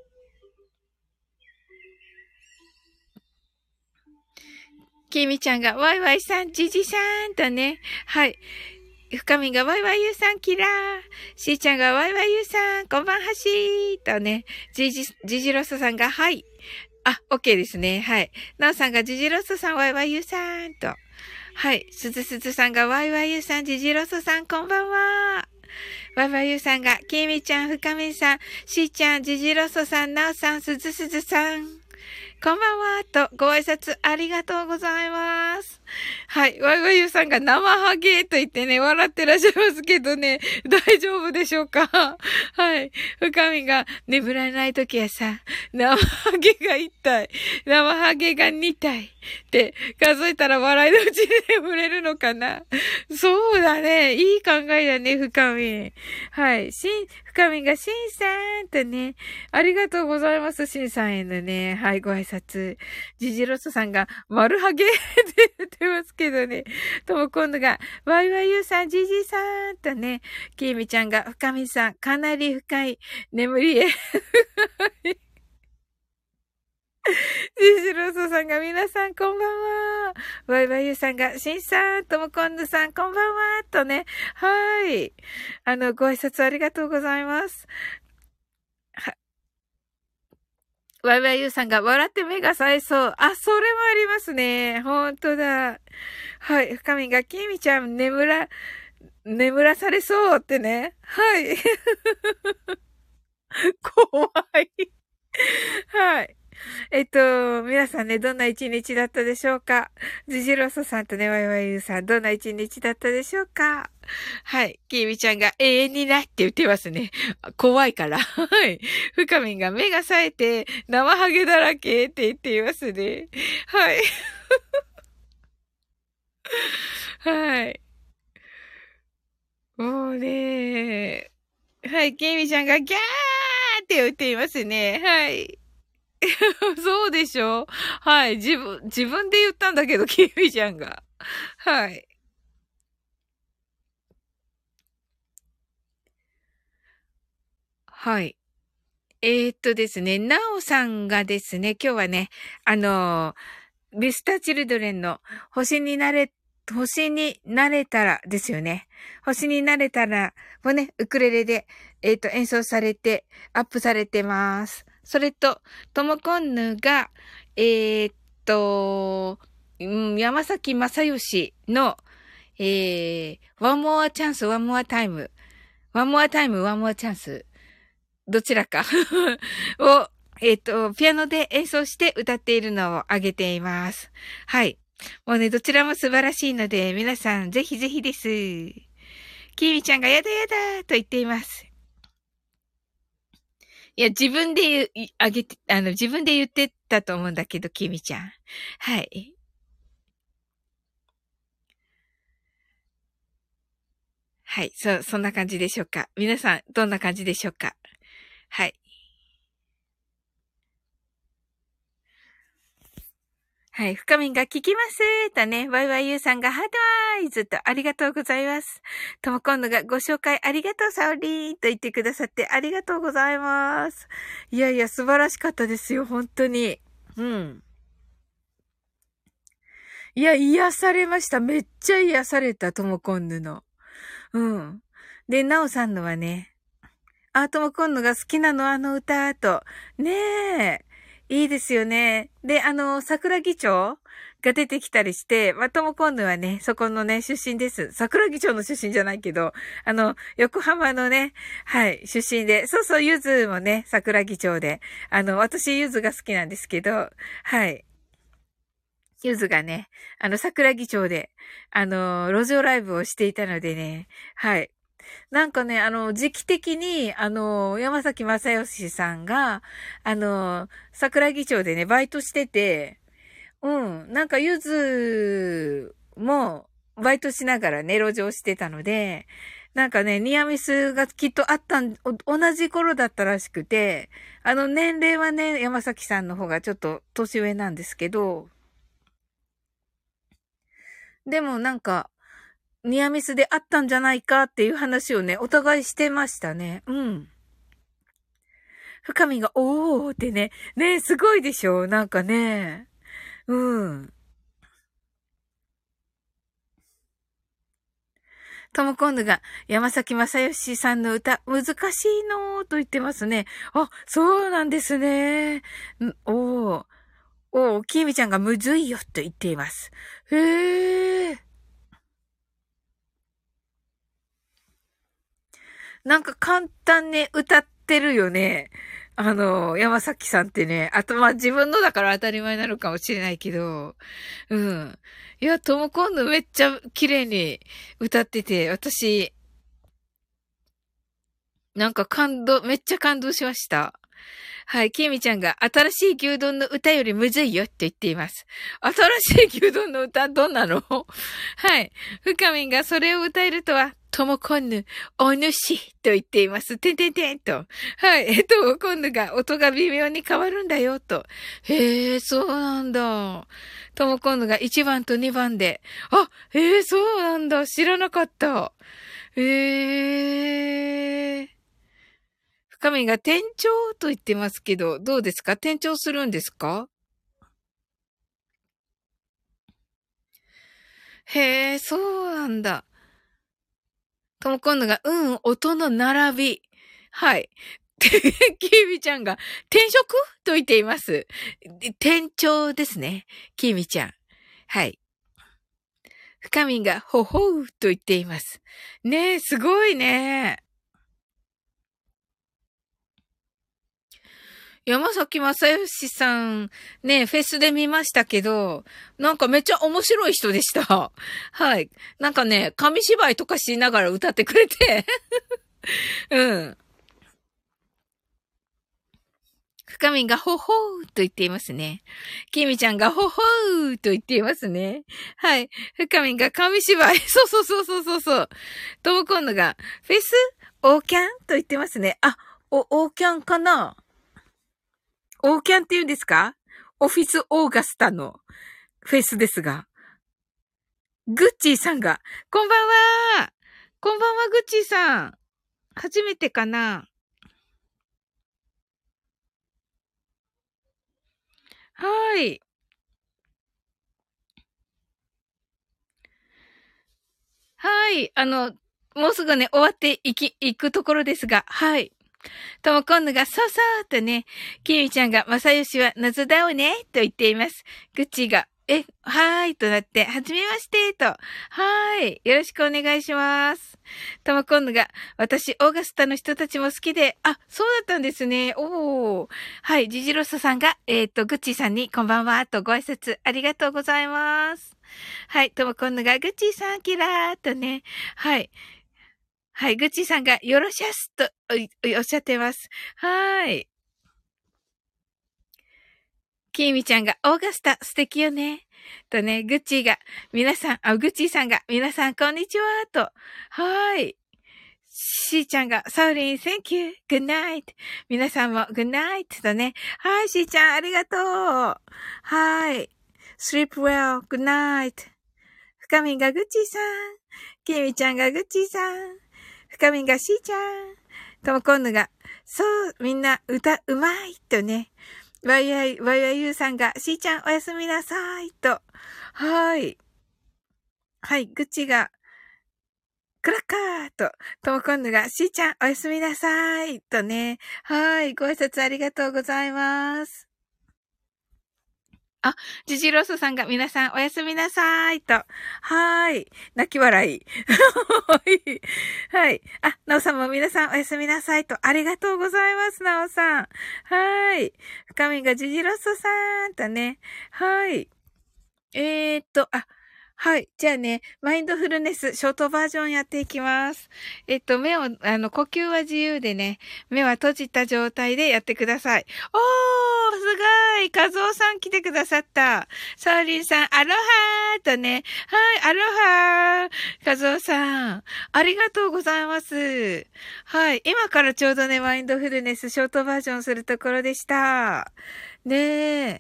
きみちゃんが、YY さん、ジジさん。とね。はい。深みが YYU さんキラー。しーちゃんが YYU さん、こんばんはしー。とね。ジジロスさんが、はい。OK ですね。はい。なおさんがジジロスさん、YYU さん。と。はい。すずすずさんが YYU さん、ジジロスさん、こんばんは。YYU さんが、きみちゃん、深みさん、しーちゃん、ジジロスさん、なおさん、すずすずさん。こんばんは、と、ご挨拶ありがとうございます。はい。YYU さんが生ハゲと言ってね、笑ってらっしゃいますけどね、大丈夫でしょうか？はい。深みが眠らないときはさ、生ハゲが1体、生ハゲが2体って数えたら笑いのうちに眠れるのかな？そうだね。いい考えだね、深み。はい。深みがしんさんとね、ありがとうございます、しんさんへのね、はい、ご挨拶。ジジロスさんが、丸ハゲって言ってますけどね。とも今度が、YYU さん、ジジさんとね、きーみちゃんが、深みさん、かなり深い眠りへ。ジジロスさんが、皆さん、こんばんは。YYU さんが、しんさん、ともこんぬさん、こんばんは。とね、はい。ご挨拶ありがとうございます。YYU さんが笑って目が冴えそう。それもありますね。ほんとだ。はい。深みが、きみちゃん、眠らされそうってね。はい。怖い。はい。皆さんね、どんな一日だったでしょうか？ジジロソさんとね、ワイワイユーさん、どんな一日だったでしょうか？はい。キーミちゃんが永遠にないって言ってますね。怖いから。はい。深みんが目が冴えて、生ハゲだらけって言っていますね。はい。はい。もうね、はい。キーミちゃんがギャーって言っていますね。はい。そうでしょ？はい。自分で言ったんだけど、キミちゃんが。はい。はい。ですね、なおさんがですね、今日はね、ミスターチルドレンの星になれたらですよね。星になれたらをね、ウクレレで、演奏されて、アップされてます。それと、ともこんぬが、えーっと、山崎正義の、One More Chance, One More Time, One More Time, One More Chance どちらかを、ピアノで演奏して歌っているのをあげています。はい。もうね、どちらも素晴らしいので、皆さんぜひぜひです。きみちゃんがやだやだと言っています。いや、自分で自分で言ってたと思うんだけど、きみちゃん。はい。 はい。そんな感じでしょうか。皆さん、どんな感じでしょうか。はい。はい。深みんが聞きますとね、ワイワイユーさんがハートアイズとありがとうございます。とも今度がご紹介ありがとうサオリーと言ってくださってありがとうございます。いやいや、素晴らしかったですよ、本当に。うん。いや、癒されました。めっちゃ癒された、ともこんぬの。うん。で、なおさんのはね、ともこんぬが好きなのあの歌と。ねえ。いいですよね。で、桜木町が出てきたりして、ともこんぬはね、そこのね、出身です。桜木町の出身じゃないけど、横浜のね、はい、出身で、そうそう、ゆずもね、桜木町で、私ゆずが好きなんですけど、はい。ゆずがね、桜木町で、路上ライブをしていたのでね、はい。なんかね、時期的に、山崎正義さんが、桜木町でね、バイトしてて、うん、なんかゆずも、バイトしながらね、路上してたので、なんかね、ニアミスがきっとあった同じ頃だったらしくて、年齢はね、山崎さんの方がちょっと年上なんですけど、でもなんか、ニアミスであったんじゃないかっていう話をね、お互いしてましたね。うん。深みが、おーってね、ね、すごいでしょなんかね。うん。とも今度が、山崎正義さんの歌、難しいのーと言ってますね。あ、そうなんですね。きみちゃんがむずいよと言っています。へー。なんか簡単に歌ってるよね。山崎さんってね。あと、まあ、自分のだから当たり前なのかもしれないけど。うん。いや、とも今度めっちゃ綺麗に歌ってて、私、なんかめっちゃ感動しました。はい、きみちゃんが新しい牛丼の歌よりむずいよって言っています。新しい牛丼の歌どんなのはい。深みんがそれを歌えるとは、ともこんぬ、お主と言っています。てんてんてんと。はい。ともこんぬが音が微妙に変わるんだよと。へえ、そうなんだ。ともこんぬが1番と2番で。そうなんだ。知らなかった。へえ。深みが転調と言ってますけど、どうですか？転調するんですか？へえ、そうなんだ。とも今度が、音の並び。はい。キーミちゃんが、転職と言っています。転調ですね。キーミちゃん。はい。深みが、ほほうと言っています。ねえ、すごいね。山崎正義さん、ね、フェスで見ましたけど、なんかめっちゃ面白い人でした。はい。なんかね、紙芝居とかしながら歌ってくれて、うん。深みがほほーと言っていますね。きみちゃんがほほーと言っていますね。はい。深みが紙芝居。そうそうそうそうそうそう。とも今度が、フェスオーキャンと言ってますね。オーキャンかな？オーキャンって言うんですか？オフィスオーガスタのフェスですが。グッチーさんが、こんばんは。こんばんは、グッチーさん。初めてかな？はい。はい。もうすぐね、終わっていくところですが、はい。ともこんぬが、そうそうとね、きみちゃんが、まさよしは謎だよねと言っています。ぐっちーが、はーいとなって、はじめましてと。はーい。よろしくお願いします。ともこんぬが、私、オーガスタの人たちも好きで、そうだったんですね。おー。はい。ジジロスさんが、ぐっちーさんに、こんばんは、とご挨拶ありがとうございます。はい。ともこんぬが、ぐっちーさん、キラーとね。はい。はい。ぐっちーさんが、よろしゃすとおっしゃってます。はい。きみちゃんが、オーガスタ素敵よね。とね、グッチーさんが、皆さん、こんにちは。と。はい。 しーちゃんが、サウリン、Thank you, good night. 皆さんも good night とね。はい、しーちゃん、ありがとう。はい。sleep well, good night. 深みんがぐっちーさん。きみちゃんがぐっちーさん。深みんがしーちゃん。ともこんぬが、そう、みんな歌うまいとね。わいゆうさんが、しーちゃんおやすみなさいと。はい。はい、ぐっちが、クラッカーと、ともこんぬが、しーちゃんおやすみなさいとね。はい、ご挨拶ありがとうございます。あ、ジジローソさんが皆さんおやすみなさいと。はい。泣き笑い。はい。あ、なおさんも皆さんおやすみなさいと。ありがとうございます、なおさん。はい。深みがジジローソさんとね。はい。はい。じゃあね、マインドフルネス、ショートバージョンやっていきます。目を、呼吸は自由でね、目は閉じた状態でやってください。おー、すごい。カズオさん来てくださった。サーリンさん、アロハーとね。はい、アロハー。カズオさん、ありがとうございます。はい。今からちょうどね、マインドフルネス、ショートバージョンするところでした。ねえ。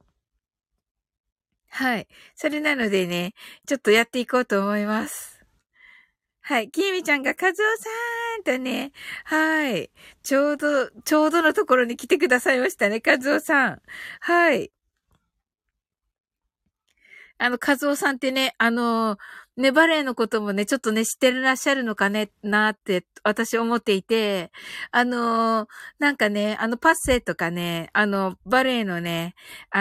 はい。それなのでね、ちょっとやっていこうと思います。はい。きみちゃんがカズオさんとね、はい。ちょうどのところに来てくださいましたね、カズオさん。はい。カズオさんってね、バレエのこともね、ちょっとね、知ってらっしゃるのかね、なって、私思っていて、なんかね、パッセーとかね、バレエのね、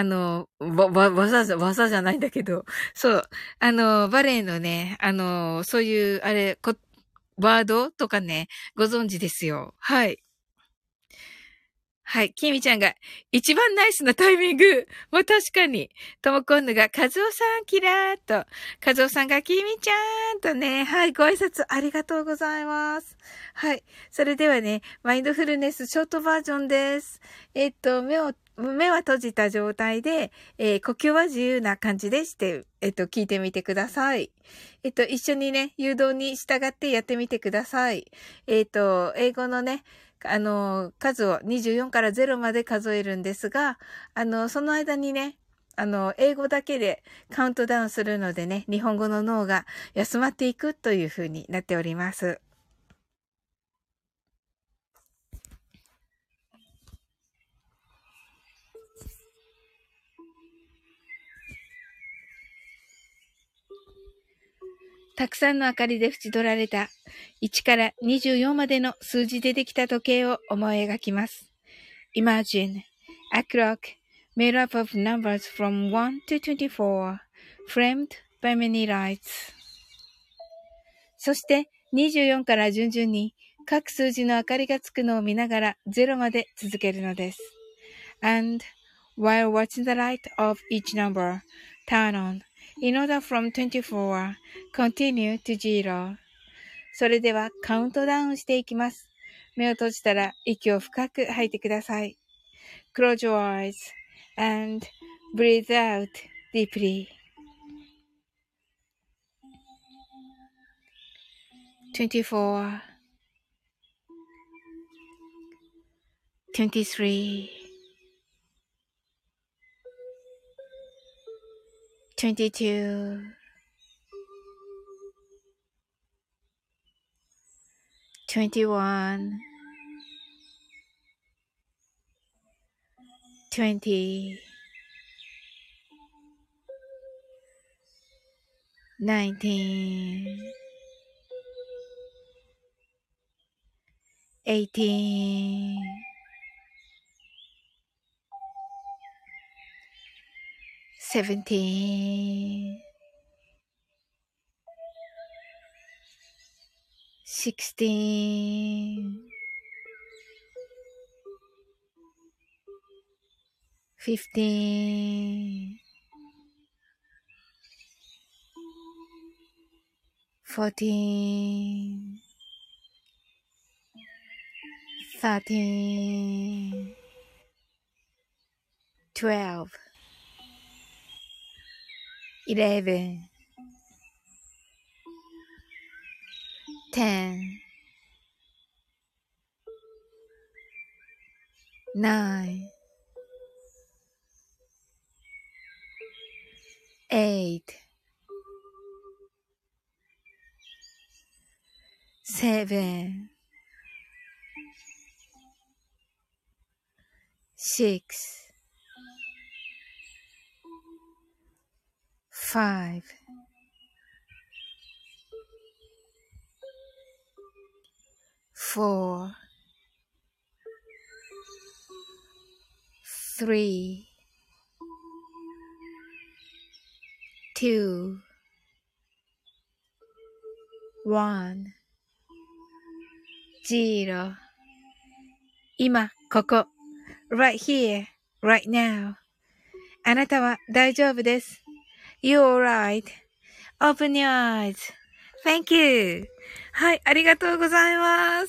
技じゃないんだけど、そう、バレエのね、そういう、ワードとかね、ご存知ですよ。はい。はい。きみちゃんが、一番ナイスなタイミング。もう確かに。ともこんぬが、かずおさんキラーっと。かずおさんが、きみちゃんとね。はい。ご挨拶ありがとうございます。はい。それではね、マインドフルネスショートバージョンです。目は閉じた状態で、呼吸は自由な感じでして、聞いてみてください。一緒にね、誘導に従ってやってみてください。英語のね、数を24から0まで数えるんですが、その間にね、英語だけでカウントダウンするのでね、日本語の脳が休まっていくという風になっております。たくさんの明かりで縁取られた1から24までの数字でできた時計を思い描きます。Imagine a clock made up of numbers from 1 to 24, framed by many lights. そして24から順々に各数字の明かりがつくのを見ながら0まで続けるのです。And while watching the light of each number turn on, in order from 24, continue to 0. それではカウントダウンしていきます。目を閉じたら息を深く吐いてください。Close your eyes and breathe out deeply. 24, 23, 22, 21, 20, 19, 18, 17, 16, 15, 14, 13, 12, 11, 10, 9, 8, 7, 6, 5, 4, 3, 2, 1, 0今、ここ。right here, right now. あなたは大丈夫です。You're alright.Open your eyes.Thank you. はい、ありがとうございます。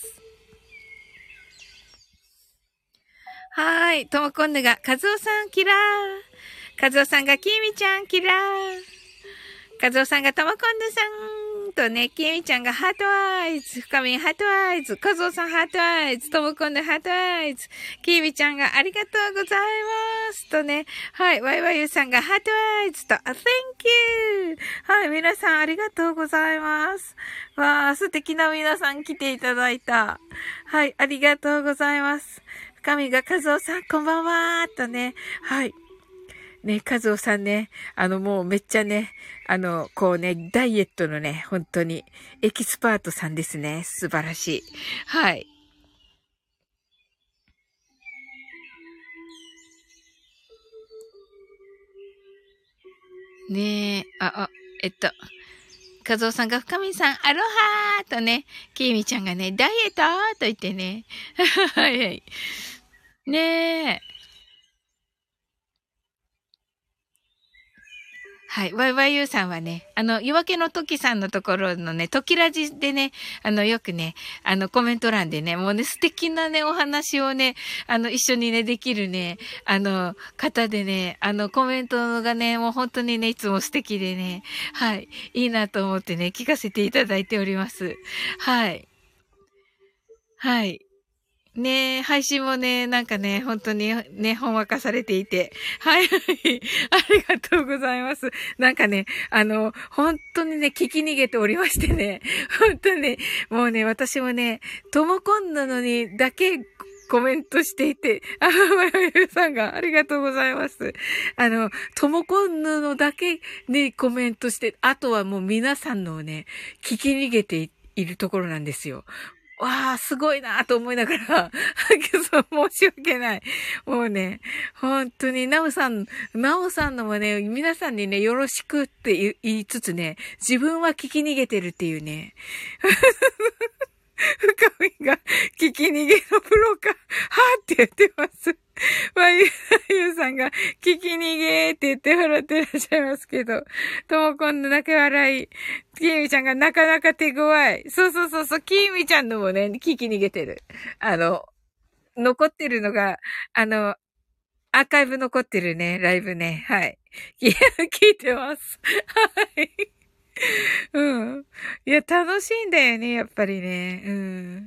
はい、ともこんぬが、かずおさんキラー。かずおさんがきみちゃんキラー。かずおさんがともこんぬさんとね、きみちゃんがハートアイズ。深みハートアイズ。かずおさんハートアイズ。ともこんぬハートアイズ。きみちゃんがありがとうございます。とね、はい、わいわゆさんがハートアイズと、Thank you! はい、皆さんありがとうございます。わー、素敵な皆さん来ていただいた。はい、ありがとうございます。深みがかずおさん、こんばんはーとね、はい。ね、かずおさんね、もうめっちゃね、こうね、ダイエットのね、本当に、エキスパートさんですね。素晴らしい。はい。ねえ、かずおさんが深みさん、アロハーとね、きみちゃんがね、ダイエットと言ってね。はいはい。ねえ。はい。YYU さんはね、夜明けの時さんのところのね、時ラジでね、よくね、コメント欄でね、もうね、素敵なね、お話をね、一緒にね、できるね、方でね、コメントがね、もう本当にね、いつも素敵でね、はい。いいなと思ってね、聞かせていただいております。はい。はい。ねえ、配信もね、なんかね、本当にね、ほんわかされていて。はいはい。ありがとうございます。なんかね、本当にね、聞き逃げておりましてね。本当に、もうね、私もね、ともこんなのにだけコメントしていて、まゆゆさんがありがとうございます。ともこんなのだけね、コメントして、あとはもう皆さんのをね、聞き逃げているところなんですよ。わあ、すごいなと思いながら、申し訳ない。もうね、本当に、なおさんのもね、皆さんにね、よろしくって言いつつね、自分は聞き逃げてるっていうね。深みが聞き逃げのプロか、はーって言ってます。ゆうさんが聞き逃げって言って笑ってらっしゃいますけど、ともこんの泣き笑い、きみちゃんがなかなか手強い。そう、きみちゃんのもね、聞き逃げてる。残ってるのが、アーカイブ残ってるね、ライブね。はい。聞いてます。はい。うん。いや、楽しいんだよね、やっぱりね。うん。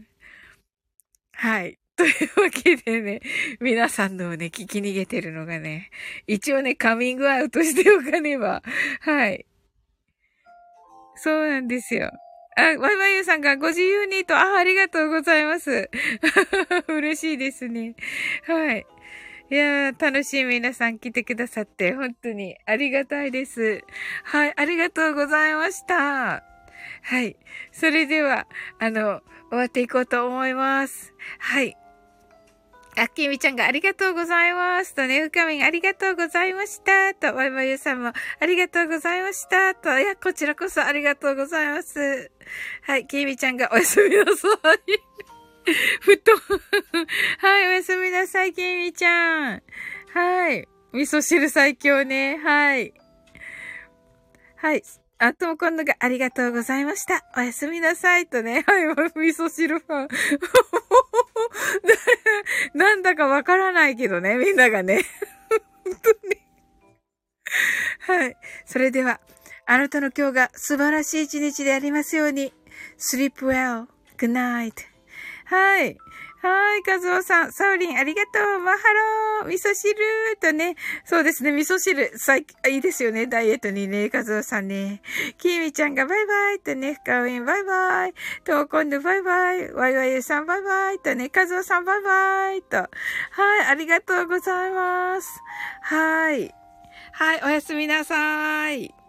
はい。というわけでね、皆さんのをね、聞き逃げてるのがね、一応ね、カミングアウトしておかねば。はい。そうなんですよ。ワイワイユーさんがご自由にと、ありがとうございます。嬉しいですね。はい。いやー、楽しい皆さん来てくださって、本当にありがたいです。はい、ありがとうございました。はい。それでは、終わっていこうと思います。はい。きみちゃんがありがとうございますとね、うかみんありがとうございましたと、わいまゆさんもありがとうございましたと、いや、こちらこそありがとうございます。はい、きみちゃんがおやすみなさい。ふと。はい、おやすみなさい、きみちゃん。はい。味噌汁最強ね。はい。はい。とも今度がありがとうございました。おやすみなさいとね。はい、味噌汁ファン。なんだかわからないけどね、みんながね。本当に。はい。それでは、あなたの今日が素晴らしい一日でありますように。Sleep well. Good night. はい。 はい、カズオさん、サオリン、ありがとう、マハロー、味噌汁とね、そうですね、味噌汁、いいですよね、ダイエットにね、カズオさんね。キミちゃんがバイバイとね、フカウィンバイバイ、と今度バイバイ、ワイワイユさんバイバイとね、カズオさんバイバイと、はい、ありがとうございます。はい。はい、おやすみなさい。